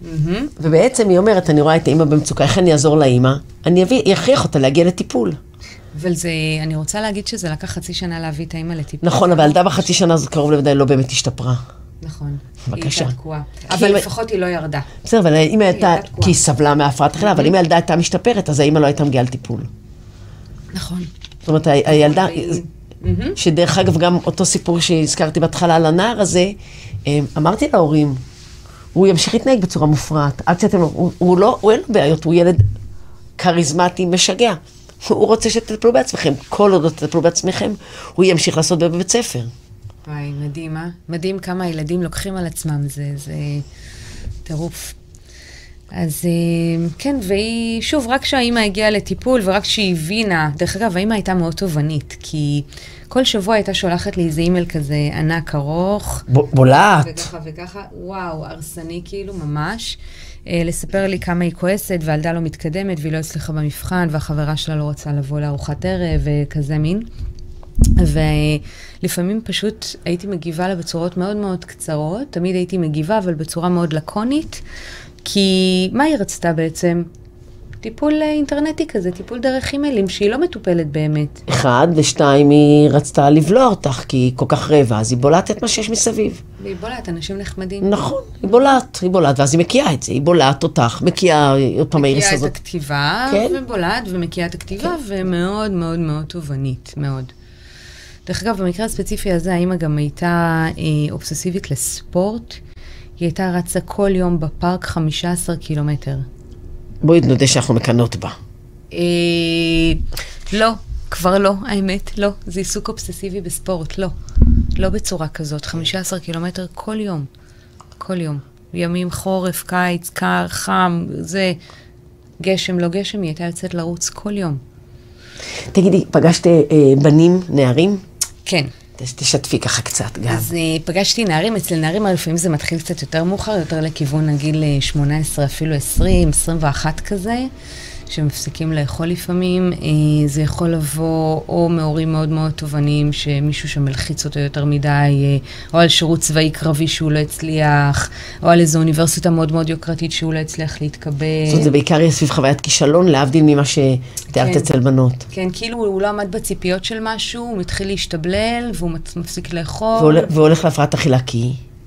ובעצם היא אומרת, אני רואה את האמא במצוקה, איך אני אעזור לאמא? אני אכריח אותה להגיע לטיפול. אבל זה, אני רוצה להגיד שזה לקח חצי שנה להביא את האמא לטיפול. נכון, אבל ילדה בחצי שנה הזאת קרוב לוודאי לא באמת השתפרה. נכון. בבקשה. היא הייתה תקועה. אבל לפחות היא לא ירדה. בסדר, אבל האמא הייתה, כי היא סבלה מהפרעת אכילה, אבל אם הילדה הייתה משתפרת, אז האמא לא הייתה מגיעה לטיפול. נכון. זאת אומרת, הילדה, שדרך אגב גם אותו סיפור שהזכרתי בהתחלה על הנער הזה, אמרתי להורים, הוא ימשיך להתנהג בצורה מופרעת, עד שאתם, הוא לא, הוא אין לו בעיות, הוא ילד כריזמטי, משגע. הוא רוצה שתטפלו בעצמכם, כל עוד תטפלו בעצמכם, הוא ימשיך לעשות בבית ספר. וואי, מדהים, אה? מדהים כמה הילדים לוקחים על עצמם, זה, זה טירוף. אז כן, והיא, שוב, רק כשהאימא הגיעה לטיפול, ורק כשהיא הבינה, דרך אגב, האימא הייתה מאוד תובנית, כי כל שבוע הייתה שולחת לי איזה אימייל כזה ענק ארוך. בולעת. וככה וככה, וואו, הרסני כאילו, ממש. לספר לי כמה היא כועסת, והילדה לא מתקדמת, והיא לא הצליחה במבחן, והחברה שלה לא רוצה לבוא לארוחת ערב, וכזה מין. ולפעמים פשוט הייתי מגיבה לה בצורות מאוד מאוד קצרות, תמיד הייתי מגיבה, אבל בצורה מאוד לקונית, כי מה היא רצתה בעצם? טיפול אינטרנטי כזה, טיפול דרך אימיילים, שהיא לא מטופלת באמת. אחד, ושתיים, היא רצתה לבלוע אותך, כי היא כל כך רבע, אז היא בולעת את מה שיש מסביב. והיא בולעת, אנשים נחמדים. נכון, היא בולעת, היא בולעת, ואז היא מקיאה את זה, היא בולעת אותך, מקיאה עוד פעם האיריס הזאת. מקיאה את הכתיבה, כן? ובולעת, ומקיאה את הכתיבה, כן. ומאוד מאוד מאוד תובנית, מאוד. דרך אגב, במקרה הספציפי הזה, האמא גם הייתה אה, אובססיבית לספורט, היא הייתה רצה כל יום בפארק חמישה עשר קילומטר. בואי נודה שאנחנו מקנות בה. אה, לא, כבר לא, האמת, לא. זה עיסוק אובססיבי בספורט, לא. לא בצורה כזאת, חמישה עשר קילומטר כל יום. כל יום. ימים חורף, קיץ, קר, חם, זה גשם, לא גשם, היא הייתה יוצאת לרוץ כל יום. תגידי, פגשת אה, בנים, נערים? כן. תשתפי ככה קצת גם. אז uh, פגשתי נערים, אצל נערים לפעמים זה מתחיל קצת יותר מאוחר, יותר לכיוון נגיד ל-שמונה עשרה, אפילו עשרים, עשרים ואחת כזה, שמפסיקים לאכול לפעמים. Uh, זה יכול לבוא או מהורים מאוד מאוד תובנים, שמישהו שמלחיץ אותו יותר מדי, uh, או על שירות צבאי קרבי שהוא לא הצליח, או על איזו אוניברסיטה מאוד מאוד יוקרתית שהוא לא הצליח להתקבל. זאת אומרת, זה בעיקר יהיה סביב חוויית כישלון, להבדיל ממה שתיארת אצל בנות. כן, כאילו הוא לא עמד בציפיות של משהו, הוא מתחיל להשתבלל, והוא מפסיק לאכול. והולך להפרעת אכילה כי?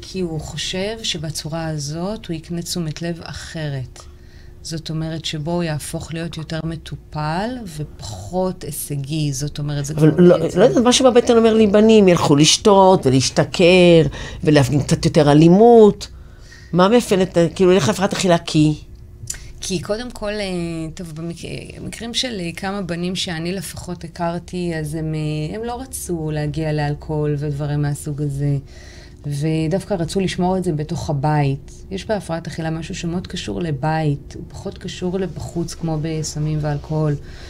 כי הוא חושב שבצורה הזאת הוא יקנה תשומת לב אחרת. זאת אומרת שבו הוא יהפוך להיות יותר מטופל ופחות הישגי. זאת אומרת, זה אבל לא, לא יודעת, מה שבבטן אומר לי, בנים ילכו לשתות ולהשתכר ולהפגין קצת יותר אלימות. מה מאפיינת, כאילו, ילך להפרעת אכילה כי? כי קודם כל, טוב, במקרים של כמה בנים שאני לפחות הכרתי, אז הם, הם לא רצו להגיע לאלכוהול ודברים מהסוג הזה. ודווקא רצו לשמור את זה בתוך הבית. יש בהפרעת אכילה משהו שמאוד קשור לבית, הוא פחות קשור לבחוץ כמו בסמים ואלכוהול.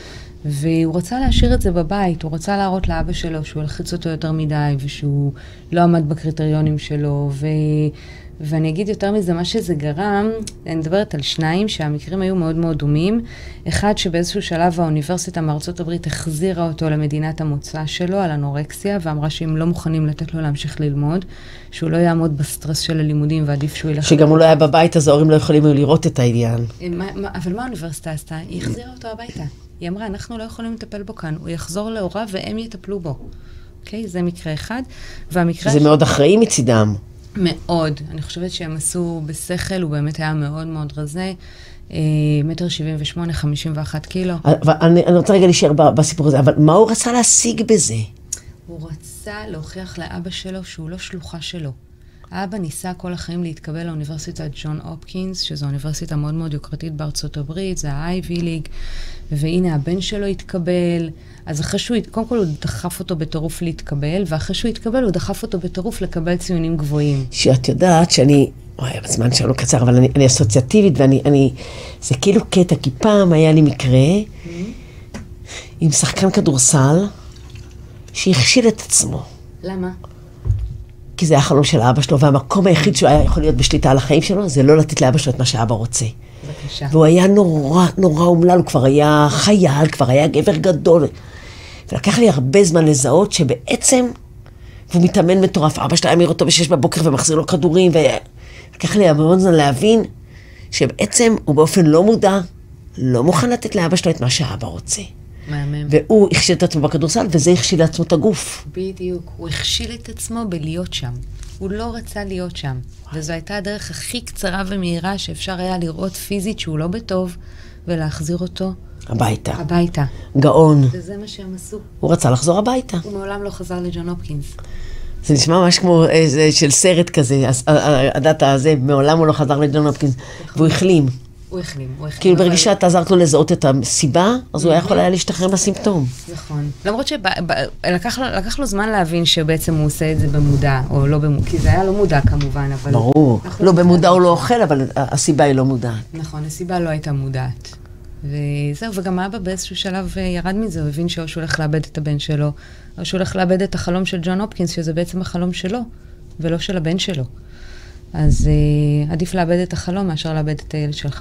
והוא רצה להשאיר את זה בבית, הוא רצה להראות לאבא שלו שהוא ילחיץ אותו יותר מדי, ושהוא לא עמד בקריטריונים שלו, ו... ואני אגיד יותר מזה, מה שזה גרם, אני מדברת על שניים שהמקרים היו מאוד מאוד דומים. אחד שבאיזשהו שלב האוניברסיטה מארצות הברית החזירה אותו למדינת המוצא שלו על אנורקסיה, ואמרה שהם לא מוכנים לתת לו להמשיך ללמוד, שהוא לא יעמוד בסטרס של הלימודים ועדיף שהוא ילך... שגם הוא לא היה בבית, אז ההורים לא יכולים לראות את העניין. מה, מה, אבל מה האוניברסיטה עשתה? היא החזירה אותו הביתה. היא אמרה, אנחנו לא יכולים לטפל בו כאן, הוא יחזור להוריו והם יטפלו בו. אוקיי? זה מקרה אחד. והמקרה זה ש... מאוד אחראי מצידם. מאוד. אני חושבת שהם עשו בשכל, הוא באמת היה מאוד מאוד רזה. מטר שבעים ושמונה, חמישים ואחת קילו. אבל אני, אני רוצה רגע להישאר בסיפור הזה, אבל מה הוא רצה להשיג בזה? הוא רצה להוכיח לאבא שלו שהוא לא שלוחה שלו. האבא ניסה כל החיים להתקבל לאוניברסיטת ג'ון הופקינס, שזו אוניברסיטה מאוד מאוד יוקרתית בארצות הברית, זה ה-Ivy League, והנה הבן שלו התקבל, אז אחרי שהוא, קודם כל הוא דחף אותו בטירוף להתקבל, ואחרי שהוא התקבל הוא דחף אותו בטירוף לקבל ציונים גבוהים. שאת יודעת שאני, וואי, בזמן שלנו קצר, אבל אני, אני אסוציאטיבית, ואני, אני, זה כאילו קטע, כי פעם היה לי מקרה, mm-hmm. עם שחקן כדורסל, שהכשיל את עצמו. למה? כי זה היה חלום של האבא שלו, והמקום היחיד שהוא היה יכול להיות בשליטה על החיים שלו, זה לא לתת לאבא שלו את מה שהאבא רוצה. בבקשה. והוא היה נורא, נורא אומלל, הוא כבר היה חייל, כבר היה גבר גדול. ולקח לי הרבה זמן לזהות שבעצם, והוא מתאמן מטורף, אבא שלו היה מיר אותו בשש בבוקר ומחזיר לו כדורים, ולקח לי המון זמן להבין שבעצם הוא באופן לא מודע, לא מוכן לתת לאבא שלו את מה שהאבא רוצה. מהמם. והוא הכשיל את עצמו בכדורסל, וזה הכשיל לעצמו את הגוף. בדיוק. הוא הכשיל את עצמו בלהיות שם. הוא לא רצה להיות שם. וזו הייתה הדרך הכי קצרה ומהירה שאפשר היה לראות פיזית שהוא לא בטוב, ולהחזיר אותו הביתה. הביתה. גאון. וזה מה שהם עשו. הוא רצה לחזור הביתה. הוא מעולם לא חזר לג'ון הופקינס. זה נשמע ממש כמו איזה של סרט כזה, הדאטה הזה, מעולם הוא לא חזר לג'ון הופקינס, והוא החלים. הוא החלים, הוא החלים. כאילו ברגע שאת עזרת לו לזהות את הסיבה, אז הוא היה יכול היה להשתחרר מהסימפטום. נכון. למרות שלקח לו זמן להבין שבעצם הוא עושה את זה במודע, או לא במודע, כי זה היה לא מודע כמובן, אבל... ברור. לא, במודע הוא לא אוכל, אבל הסיבה היא לא מודעת. נכון, הסיבה לא הייתה מודעת. וזהו, וגם האבא באיזשהו שלב ירד מזה, הוא הבין שהוא הולך לאבד את הבן שלו, או שהוא הולך לאבד את החלום של ג'ון הופקינס, שזה בעצם החלום שלו, ולא של הבן שלו. אז uh, עדיף לאבד את החלום מאשר לאבד את הילד שלך.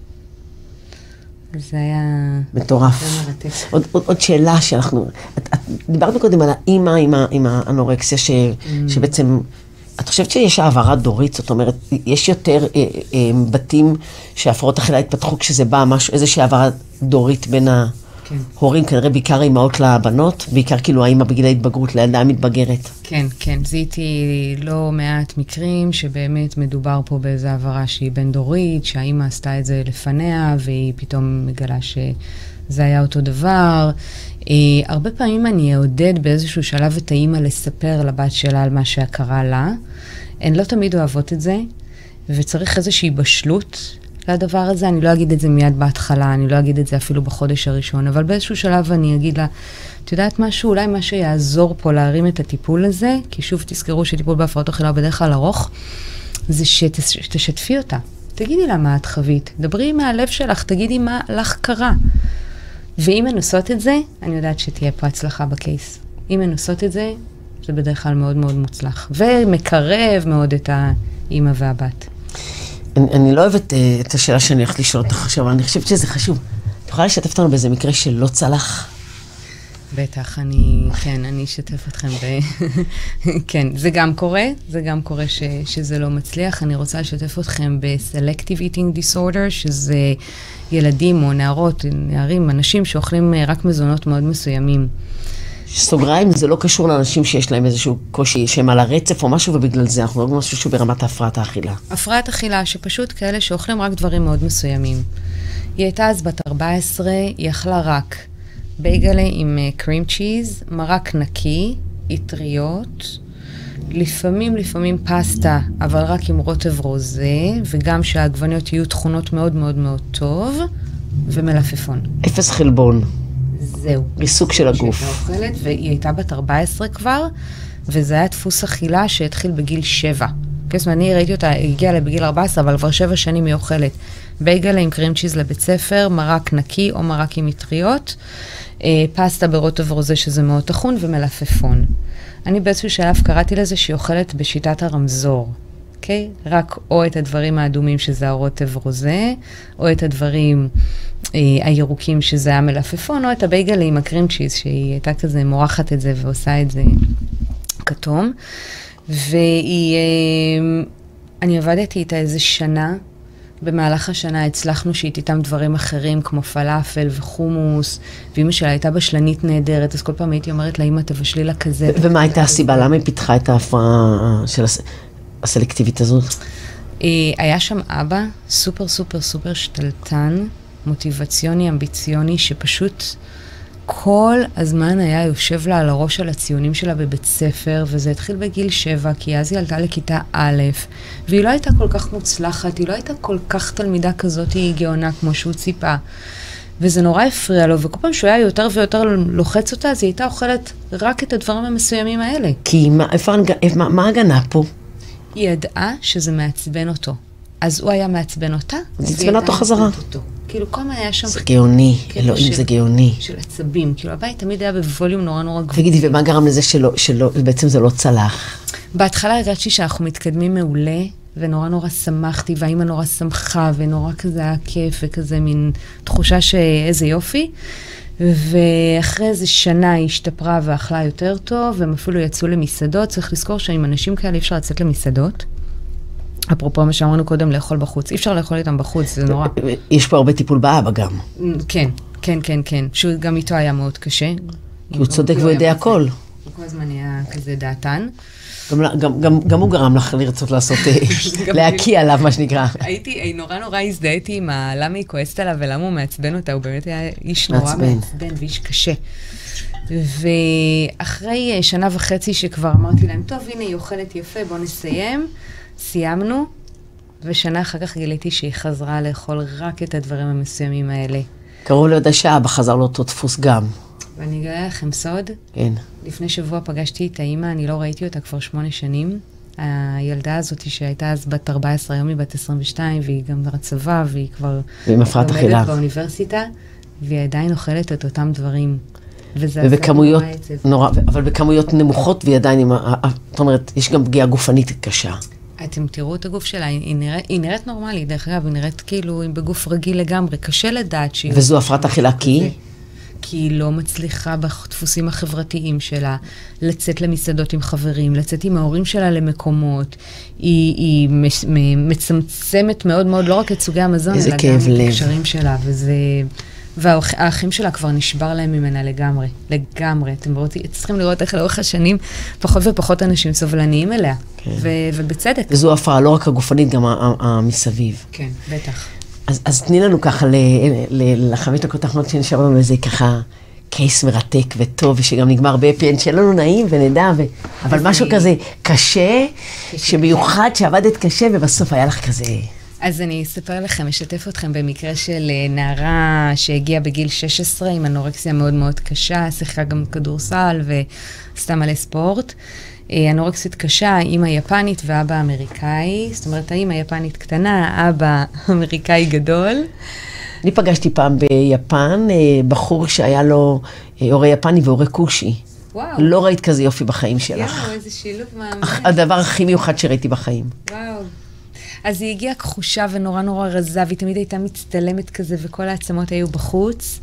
זה היה... מטורף. זה מרתק. עוד, עוד, עוד שאלה שאנחנו... את, את דיברת קודם על האמא עם, עם האנורקסיה, ש, mm. שבעצם... את חושבת שיש העברה דורית? זאת אומרת, יש יותר אה, אה, בתים שהפרעות אכילה התפתחו כשזה בא משהו, איזושהי העברה דורית בין ההורים, כן. כנראה בעיקר אימהות לבנות, בעיקר כאילו האמא בגיל ההתבגרות, לילדה המתבגרת. כן, כן. זיהיתי לא מעט מקרים שבאמת מדובר פה באיזו העברה שהיא בין דורית, שהאמא עשתה את זה לפניה, והיא פתאום מגלה שזה היה אותו דבר. Uh, הרבה פעמים אני אעודד באיזשהו שלב את האמא לספר לבת שלה על מה שקרה לה. הן לא תמיד אוהבות את זה, וצריך איזושהי בשלות לדבר הזה. אני לא אגיד את זה מיד בהתחלה, אני לא אגיד את זה אפילו בחודש הראשון, אבל באיזשהו שלב אני אגיד לה, את יודעת משהו, אולי מה שיעזור פה להרים את הטיפול הזה, כי שוב תזכרו שטיפול בהפרעות אכילה בדרך כלל ארוך, זה שתשתפי אותה. תגידי לה מה את חווית, דברי מהלב שלך, תגידי מה לך קרה. ואם הן עושות את זה, אני יודעת שתהיה פה הצלחה בקייס. אם הן עושות את זה, זה בדרך כלל מאוד מאוד מוצלח. ומקרב מאוד את האמא והבת. אני, אני לא אוהבת uh, את השאלה שאני הולכת לשאול אותך עכשיו, אבל אני חושבת שזה חשוב. את יכולה לשתף אותנו באיזה מקרה שלא צלח? בטח, אני, כן, אני אשתף אתכם ב... כן, זה גם קורה, זה גם קורה ש, שזה לא מצליח. אני רוצה לשתף אתכם ב-Selective Eating Disorder, שזה ילדים או נערות, נערים, אנשים שאוכלים רק מזונות מאוד מסוימים. סוגריים, זה לא קשור לאנשים שיש להם איזשהו קושי, שהם על הרצף או משהו, ובגלל זה אנחנו לא משהו שהוא ברמת הפרעת האכילה. הפרעת אכילה, שפשוט כאלה שאוכלים רק דברים מאוד מסוימים. היא הייתה אז בת ארבע עשרה, היא אכלה רק בייגלה עם קרים צ'יז, מרק נקי, אטריות, לפעמים, לפעמים פסטה, אבל רק עם רוטב רוזה, וגם שהעגבניות יהיו תכונות מאוד מאוד מאוד טוב, ומלפפון. אפס חלבון. זהו. ריסוק של הגוף. שהייתה אוכלת, והיא הייתה בת ארבע עשרה כבר, וזה היה דפוס אכילה שהתחיל בגיל שבע. זאת אומרת, אני ראיתי אותה, היא הגיעה לבגיל ארבע עשרה, אבל כבר שבע שנים היא אוכלת. בייגלה עם קרים צ'יז לבית ספר, מרק נקי או מרק עם מטריות, פסטה ברוטב רוזה שזה מאוד תחון, ומלפפון. אני באיזשהו שלב קראתי לזה שהיא אוכלת בשיטת הרמזור. אוקיי? רק או את הדברים האדומים שזה הרוטב רוזה, או את הדברים אה, הירוקים שזה המלפפון, או את הבייגלה עם הקרים צ'יז, שהיא הייתה כזה מורחת את זה ועושה את זה כתום. והיא, אה, אני עבדתי איתה איזה שנה, במהלך השנה הצלחנו שהיא תיתם דברים אחרים, כמו פלאפל וחומוס, ואמא שלה הייתה בשלנית נהדרת, אז כל פעם הייתי אומרת לה, אמא, תבשלי לה כזה. ומה הייתה הסיבה? למה היא פיתחה את ההפרעה של הס... הסלקטיבית הזאת? היה שם אבא, סופר סופר סופר שתלטן, מוטיבציוני, אמביציוני, שפשוט כל הזמן היה יושב לה על הראש על הציונים שלה בבית ספר, וזה התחיל בגיל שבע, כי אז היא עלתה לכיתה א', והיא לא הייתה כל כך מוצלחת, היא לא הייתה כל כך תלמידה כזאת, היא גאונה כמו שהוא ציפה. וזה נורא הפריע לו, וכל פעם שהוא היה יותר ויותר לוחץ אותה, אז היא הייתה אוכלת רק את הדברים המסוימים האלה. כי מה, איפה, מה, מה הגנה פה? היא ידעה שזה מעצבן אותו. אז הוא היה מעצבן אותה, אז היא עצבנה אותו חזרה. כאילו כל מה היה שם... זה גאוני, אלוהים זה גאוני. של עצבים, כאילו הבית תמיד היה בווליום נורא נורא גבוה. תגידי, ומה גרם לזה שלא, שלא, בעצם זה לא צלח? בהתחלה הרגשתי שאנחנו מתקדמים מעולה, ונורא נורא שמחתי, והאמא נורא שמחה, ונורא כזה היה כיף, וכזה מין תחושה שאיזה יופי. ואחרי איזה שנה היא השתפרה ואכלה יותר טוב, והם אפילו יצאו למסעדות. צריך לזכור שעם אנשים כאלה אי אפשר לצאת למסעדות. אפרופו מה שאמרנו קודם, לאכול בחוץ. אי אפשר לאכול איתם בחוץ, זה נורא. יש פה הרבה טיפול באבא גם. כן, כן, כן, כן. שהוא גם איתו היה מאוד קשה. כי הוא צודק והוא יודע הכל. הוא כל הזמן היה כזה דעתן. גם, גם, גם, גם הוא גרם לך לרצות לעשות, להקיע עליו, מה שנקרא. הייתי, נורא נורא הזדהיתי עם למה היא כועסת עליו ולמה הוא מעצבן אותה. הוא באמת היה איש נורא מעצבן ואיש קשה. ואחרי שנה וחצי שכבר אמרתי להם, טוב, הנה היא אוכלת יפה, בוא נסיים. סיימנו, ושנה אחר כך גיליתי שהיא חזרה לאכול רק את הדברים המסוימים האלה. קרוב לידה שעה, בחזר לאותו דפוס גם. ואני אגלה לכם סוד. כן. לפני שבוע פגשתי את האמא, אני לא ראיתי אותה כבר שמונה שנים. הילדה הזאת שהייתה אז בת ארבע עשרה, היום היא בת עשרים ושתיים, והיא גם בצבא, והיא כבר... ועם הפרעת אכילה. לומדת באוניברסיטה, והיא עדיין אוכלת את אותם דברים. ובכמויות נורא, אבל בכמויות נמוכות, והיא עדיין עם... זאת אומרת, יש גם פגיעה גופנית קשה. אתם תראו את הגוף שלה, היא נראית, היא נראית נורמלית, דרך אגב, היא נראית כאילו בגוף רגיל לגמרי, קשה לדעת שהיא... וזו הפרעת אכילה כי? כי היא לא מצליחה בדפוסים החברתיים שלה, לצאת למסעדות עם חברים, לצאת עם ההורים שלה למקומות, היא, היא מצמצמת מאוד מאוד, לא רק את סוגי המזון, אלא גם את הקשרים שלה, וזה... והאחים שלה כבר נשבר להם ממנה לגמרי, לגמרי. אתם רוצים, צריכים לראות איך לאורך השנים פחות ופחות אנשים סובלניים אליה, כן. ו- ובצדק. וזו הפרעה לא רק הגופנית, גם המסביב. כן, בטח. אז, אז תני לנו ככה לחמש דקות האחרונות שנשאר לנו איזה ככה קייס מרתק וטוב, ושגם נגמר בהפי אנד שלנו נעים ונדע, ו... אבל משהו כזה קשה, שמיוחד שעבדת קשה, ובסוף היה לך כזה... אז אני אספר לכם, אשתף אתכם במקרה של נערה שהגיעה בגיל שש עשרה עם אנורקסיה מאוד מאוד קשה, שיחקה גם כדורסל ועשתה מלא ספורט. אנורקסית קשה, אימא יפנית ואבא אמריקאי, זאת אומרת, האימא יפנית קטנה, אבא אמריקאי גדול. אני פגשתי פעם ביפן, בחור שהיה לו הורה יפני והורה כושי. וואו. לא ראית כזה יופי בחיים שלך. יאו, איזה שילוב מאמן. הדבר הכי מיוחד שראיתי בחיים. וואו. אז היא הגיעה כחושה ונורא נורא רזה, והיא תמיד הייתה מצטלמת כזה, וכל העצמות היו בחוץ.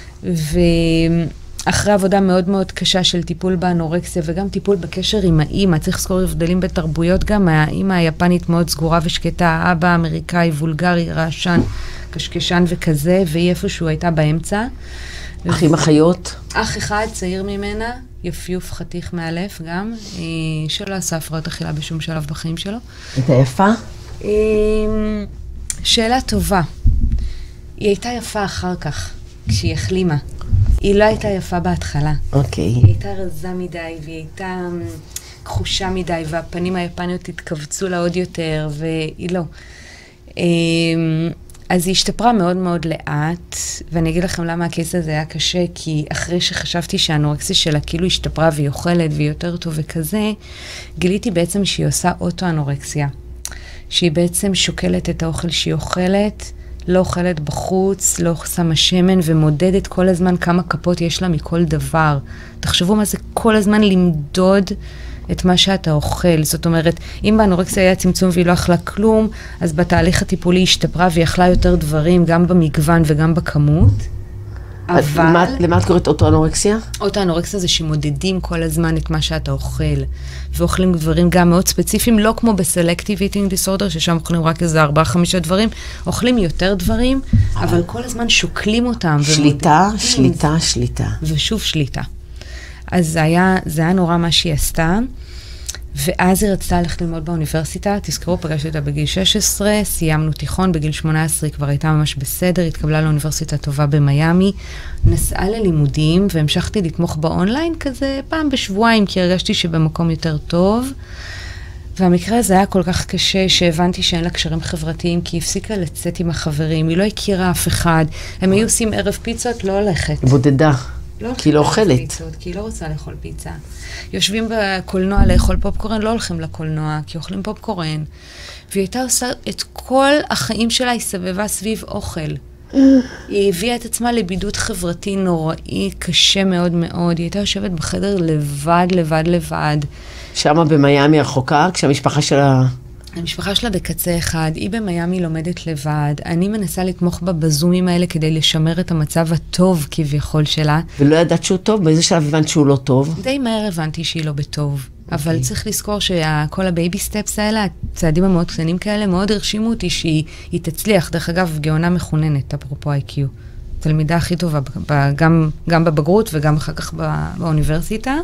ואחרי עבודה מאוד מאוד קשה של טיפול באנורקסיה, וגם טיפול בקשר עם האמא, צריך לזכור הבדלים בתרבויות גם, האמא היפנית מאוד סגורה ושקטה, האבא האמריקאי, וולגרי, רעשן, קשקשן וכזה, והיא איפשהו הייתה באמצע. אחים אחיות? אח אחד צעיר ממנה, יפיוף חתיך מאלף גם, שלא עשה הפרעות אכילה בשום שלב בחיים שלו. הייתה יפה? שאלה טובה. היא הייתה יפה אחר כך, כשהיא החלימה. היא לא הייתה יפה בהתחלה. אוקיי. היא הייתה רזה מדי, והיא הייתה כחושה מדי, והפנים היפניות התכווצו לה עוד יותר, והיא לא. אז היא השתפרה מאוד מאוד לאט, ואני אגיד לכם למה הקייס הזה היה קשה, כי אחרי שחשבתי שהאנורקסיה שלה כאילו השתפרה והיא אוכלת והיא יותר טוב וכזה, גיליתי בעצם שהיא עושה אוטו-אנורקסיה. שהיא בעצם שוקלת את האוכל שהיא אוכלת, לא אוכלת בחוץ, לא שמה שמן, ומודדת כל הזמן כמה כפות יש לה מכל דבר. תחשבו מה זה כל הזמן למדוד את מה שאתה אוכל. זאת אומרת, אם באנורקסיה היה צמצום והיא לא אכלה כלום, אז בתהליך הטיפולי השתפרה והיא אכלה יותר דברים, גם במגוון וגם בכמות. אבל... למה, למה את קוראת אוטו-אנורקסיה? אוטו-אנורקסיה זה שמודדים כל הזמן את מה שאתה אוכל, ואוכלים דברים גם מאוד ספציפיים, לא כמו בסלקטיב איטינג דיסורדר, ששם אוכלים רק איזה ארבעה, חמישה דברים, אוכלים יותר דברים, אבל כל הזמן שוקלים אותם. שליטה, שליטה, שליטה. ושוב שליטה. אז זה היה, זה היה נורא מה שהיא עשתה, ואז היא רצתה ללכת ללמוד באוניברסיטה, תזכרו, פגשתי אותה בגיל שש עשרה, סיימנו תיכון, בגיל שמונה עשרה היא כבר הייתה ממש בסדר, התקבלה לאוניברסיטה טובה במיימי, נסעה ללימודים, והמשכתי לתמוך באונליין כזה פעם בשבועיים, כי הרגשתי שבמקום יותר טוב, והמקרה הזה היה כל כך קשה, שהבנתי שאין לה קשרים חברתיים, כי היא הפסיקה לצאת עם החברים, היא לא הכירה אף אחד, הם היו עושים ערב פיצות, לא הולכת. בודדה. לא כי היא לא אוכלת. פיצות, כי היא לא רוצה לאכול פיצה. יושבים בקולנוע לאכול פופקורן, לא הולכים לקולנוע, כי אוכלים פופקורן. והיא הייתה עושה את כל החיים שלה, היא סבבה סביב אוכל. היא הביאה את עצמה לבידוד חברתי נוראי, קשה מאוד מאוד. היא הייתה יושבת בחדר לבד, לבד, לבד. שמה במיימי הרחוקה, כשהמשפחה שלה... המשפחה שלה בקצה אחד, היא במיימי לומדת לבד, אני מנסה לתמוך בה בזומים האלה כדי לשמר את המצב הטוב כביכול שלה. ולא ידעת שהוא טוב? באיזה שלב הבנת שהוא לא טוב? די מהר הבנתי שהיא לא בטוב, okay. אבל צריך לזכור שכל הבייבי סטפס האלה, הצעדים המאוד קטנים כאלה, מאוד הרשימו אותי שהיא תצליח. דרך אגב, גאונה מחוננת, אפרופו איי קיו. תלמידה הכי טובה, גם, גם בבגרות וגם אחר כך באוניברסיטה.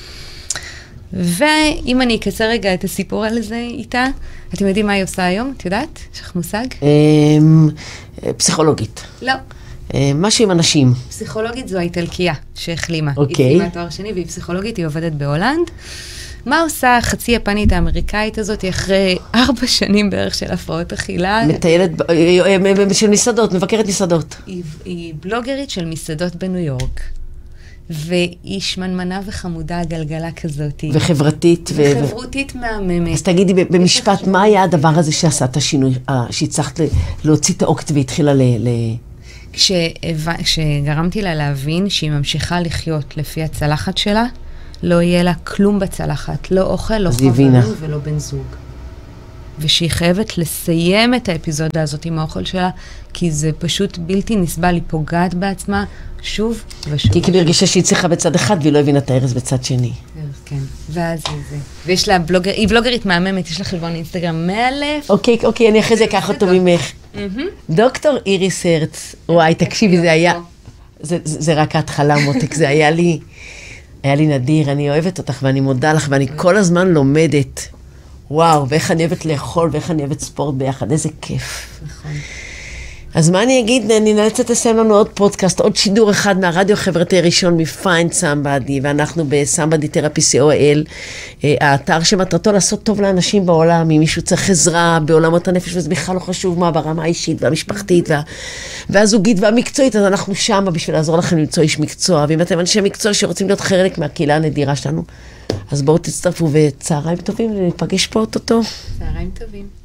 ואם אני אקצר רגע את הסיפור על זה איתה, אתם יודעים מה היא עושה היום? את יודעת? יש לך מושג? פסיכולוגית. לא. משהו עם אנשים. פסיכולוגית זו האיטלקיה שהחלימה. אוקיי. היא סיימה תואר שני והיא פסיכולוגית, היא עובדת בהולנד. מה עושה החצי יפנית האמריקאית הזאת אחרי ארבע שנים בערך של הפרעות אכילה? מטיילת של מסעדות, מבקרת מסעדות. היא, היא בלוגרית של מסעדות בניו יורק. והיא שמנמנה וחמודה גלגלה כזאת. וחברתית. וחברותית מהממת. אז תגידי במשפט, מה היה הדבר הזה שעשה את השינוי, שהצלחת להוציא את העוקת והתחילה ל... כשגרמתי לה להבין שהיא ממשיכה לחיות לפי הצלחת שלה, לא יהיה לה כלום בצלחת, לא אוכל, לא חברים ולא בן זוג. ושהיא חייבת לסיים את האפיזודה הזאת עם האוכל שלה, כי זה פשוט בלתי נסבל, היא פוגעת בעצמה שוב ושוב. כי כאילו הרגישה שהיא צריכה בצד אחד, והיא לא הבינה את הארז בצד שני. כן, ואז זה זה. ויש לה בלוגר, היא בלוגרית מהממת, יש לה חלבון אינסטגרם מאלף. אוקיי, אוקיי, אני אחרי זה אקח אותו ממך. דוקטור איריס הרץ, וואי, תקשיבי, זה היה, זה רק ההתחלה, מותק, זה היה לי, היה לי נדיר, אני אוהבת אותך ואני מודה לך, ואני כל הזמן לומדת. וואו, ואיך אני אוהבת לאכול, ואיך אני אוהבת ספורט ביחד, איזה כיף. נכון. אז מה אני אגיד? אני נאלצת לסיים לנו עוד פודקאסט, עוד שידור אחד מהרדיו החברתי הראשון מ-Find Somebody, ואנחנו ב-Somebody Therapy סי או אל, האתר שמטרתו לעשות טוב לאנשים בעולם, אם מישהו צריך עזרה בעולמות הנפש, וזה בכלל לא חשוב מה, ברמה האישית והמשפחתית וה... והזוגית והמקצועית, אז אנחנו שם בשביל לעזור לכם למצוא איש מקצוע, ואם אתם אנשי מקצוע שרוצים להיות חלק מהקהילה הנדירה שלנו, אז בואו תצטרפו, וצהריים טובים, ונפגש פה אותו. צהריים טובים.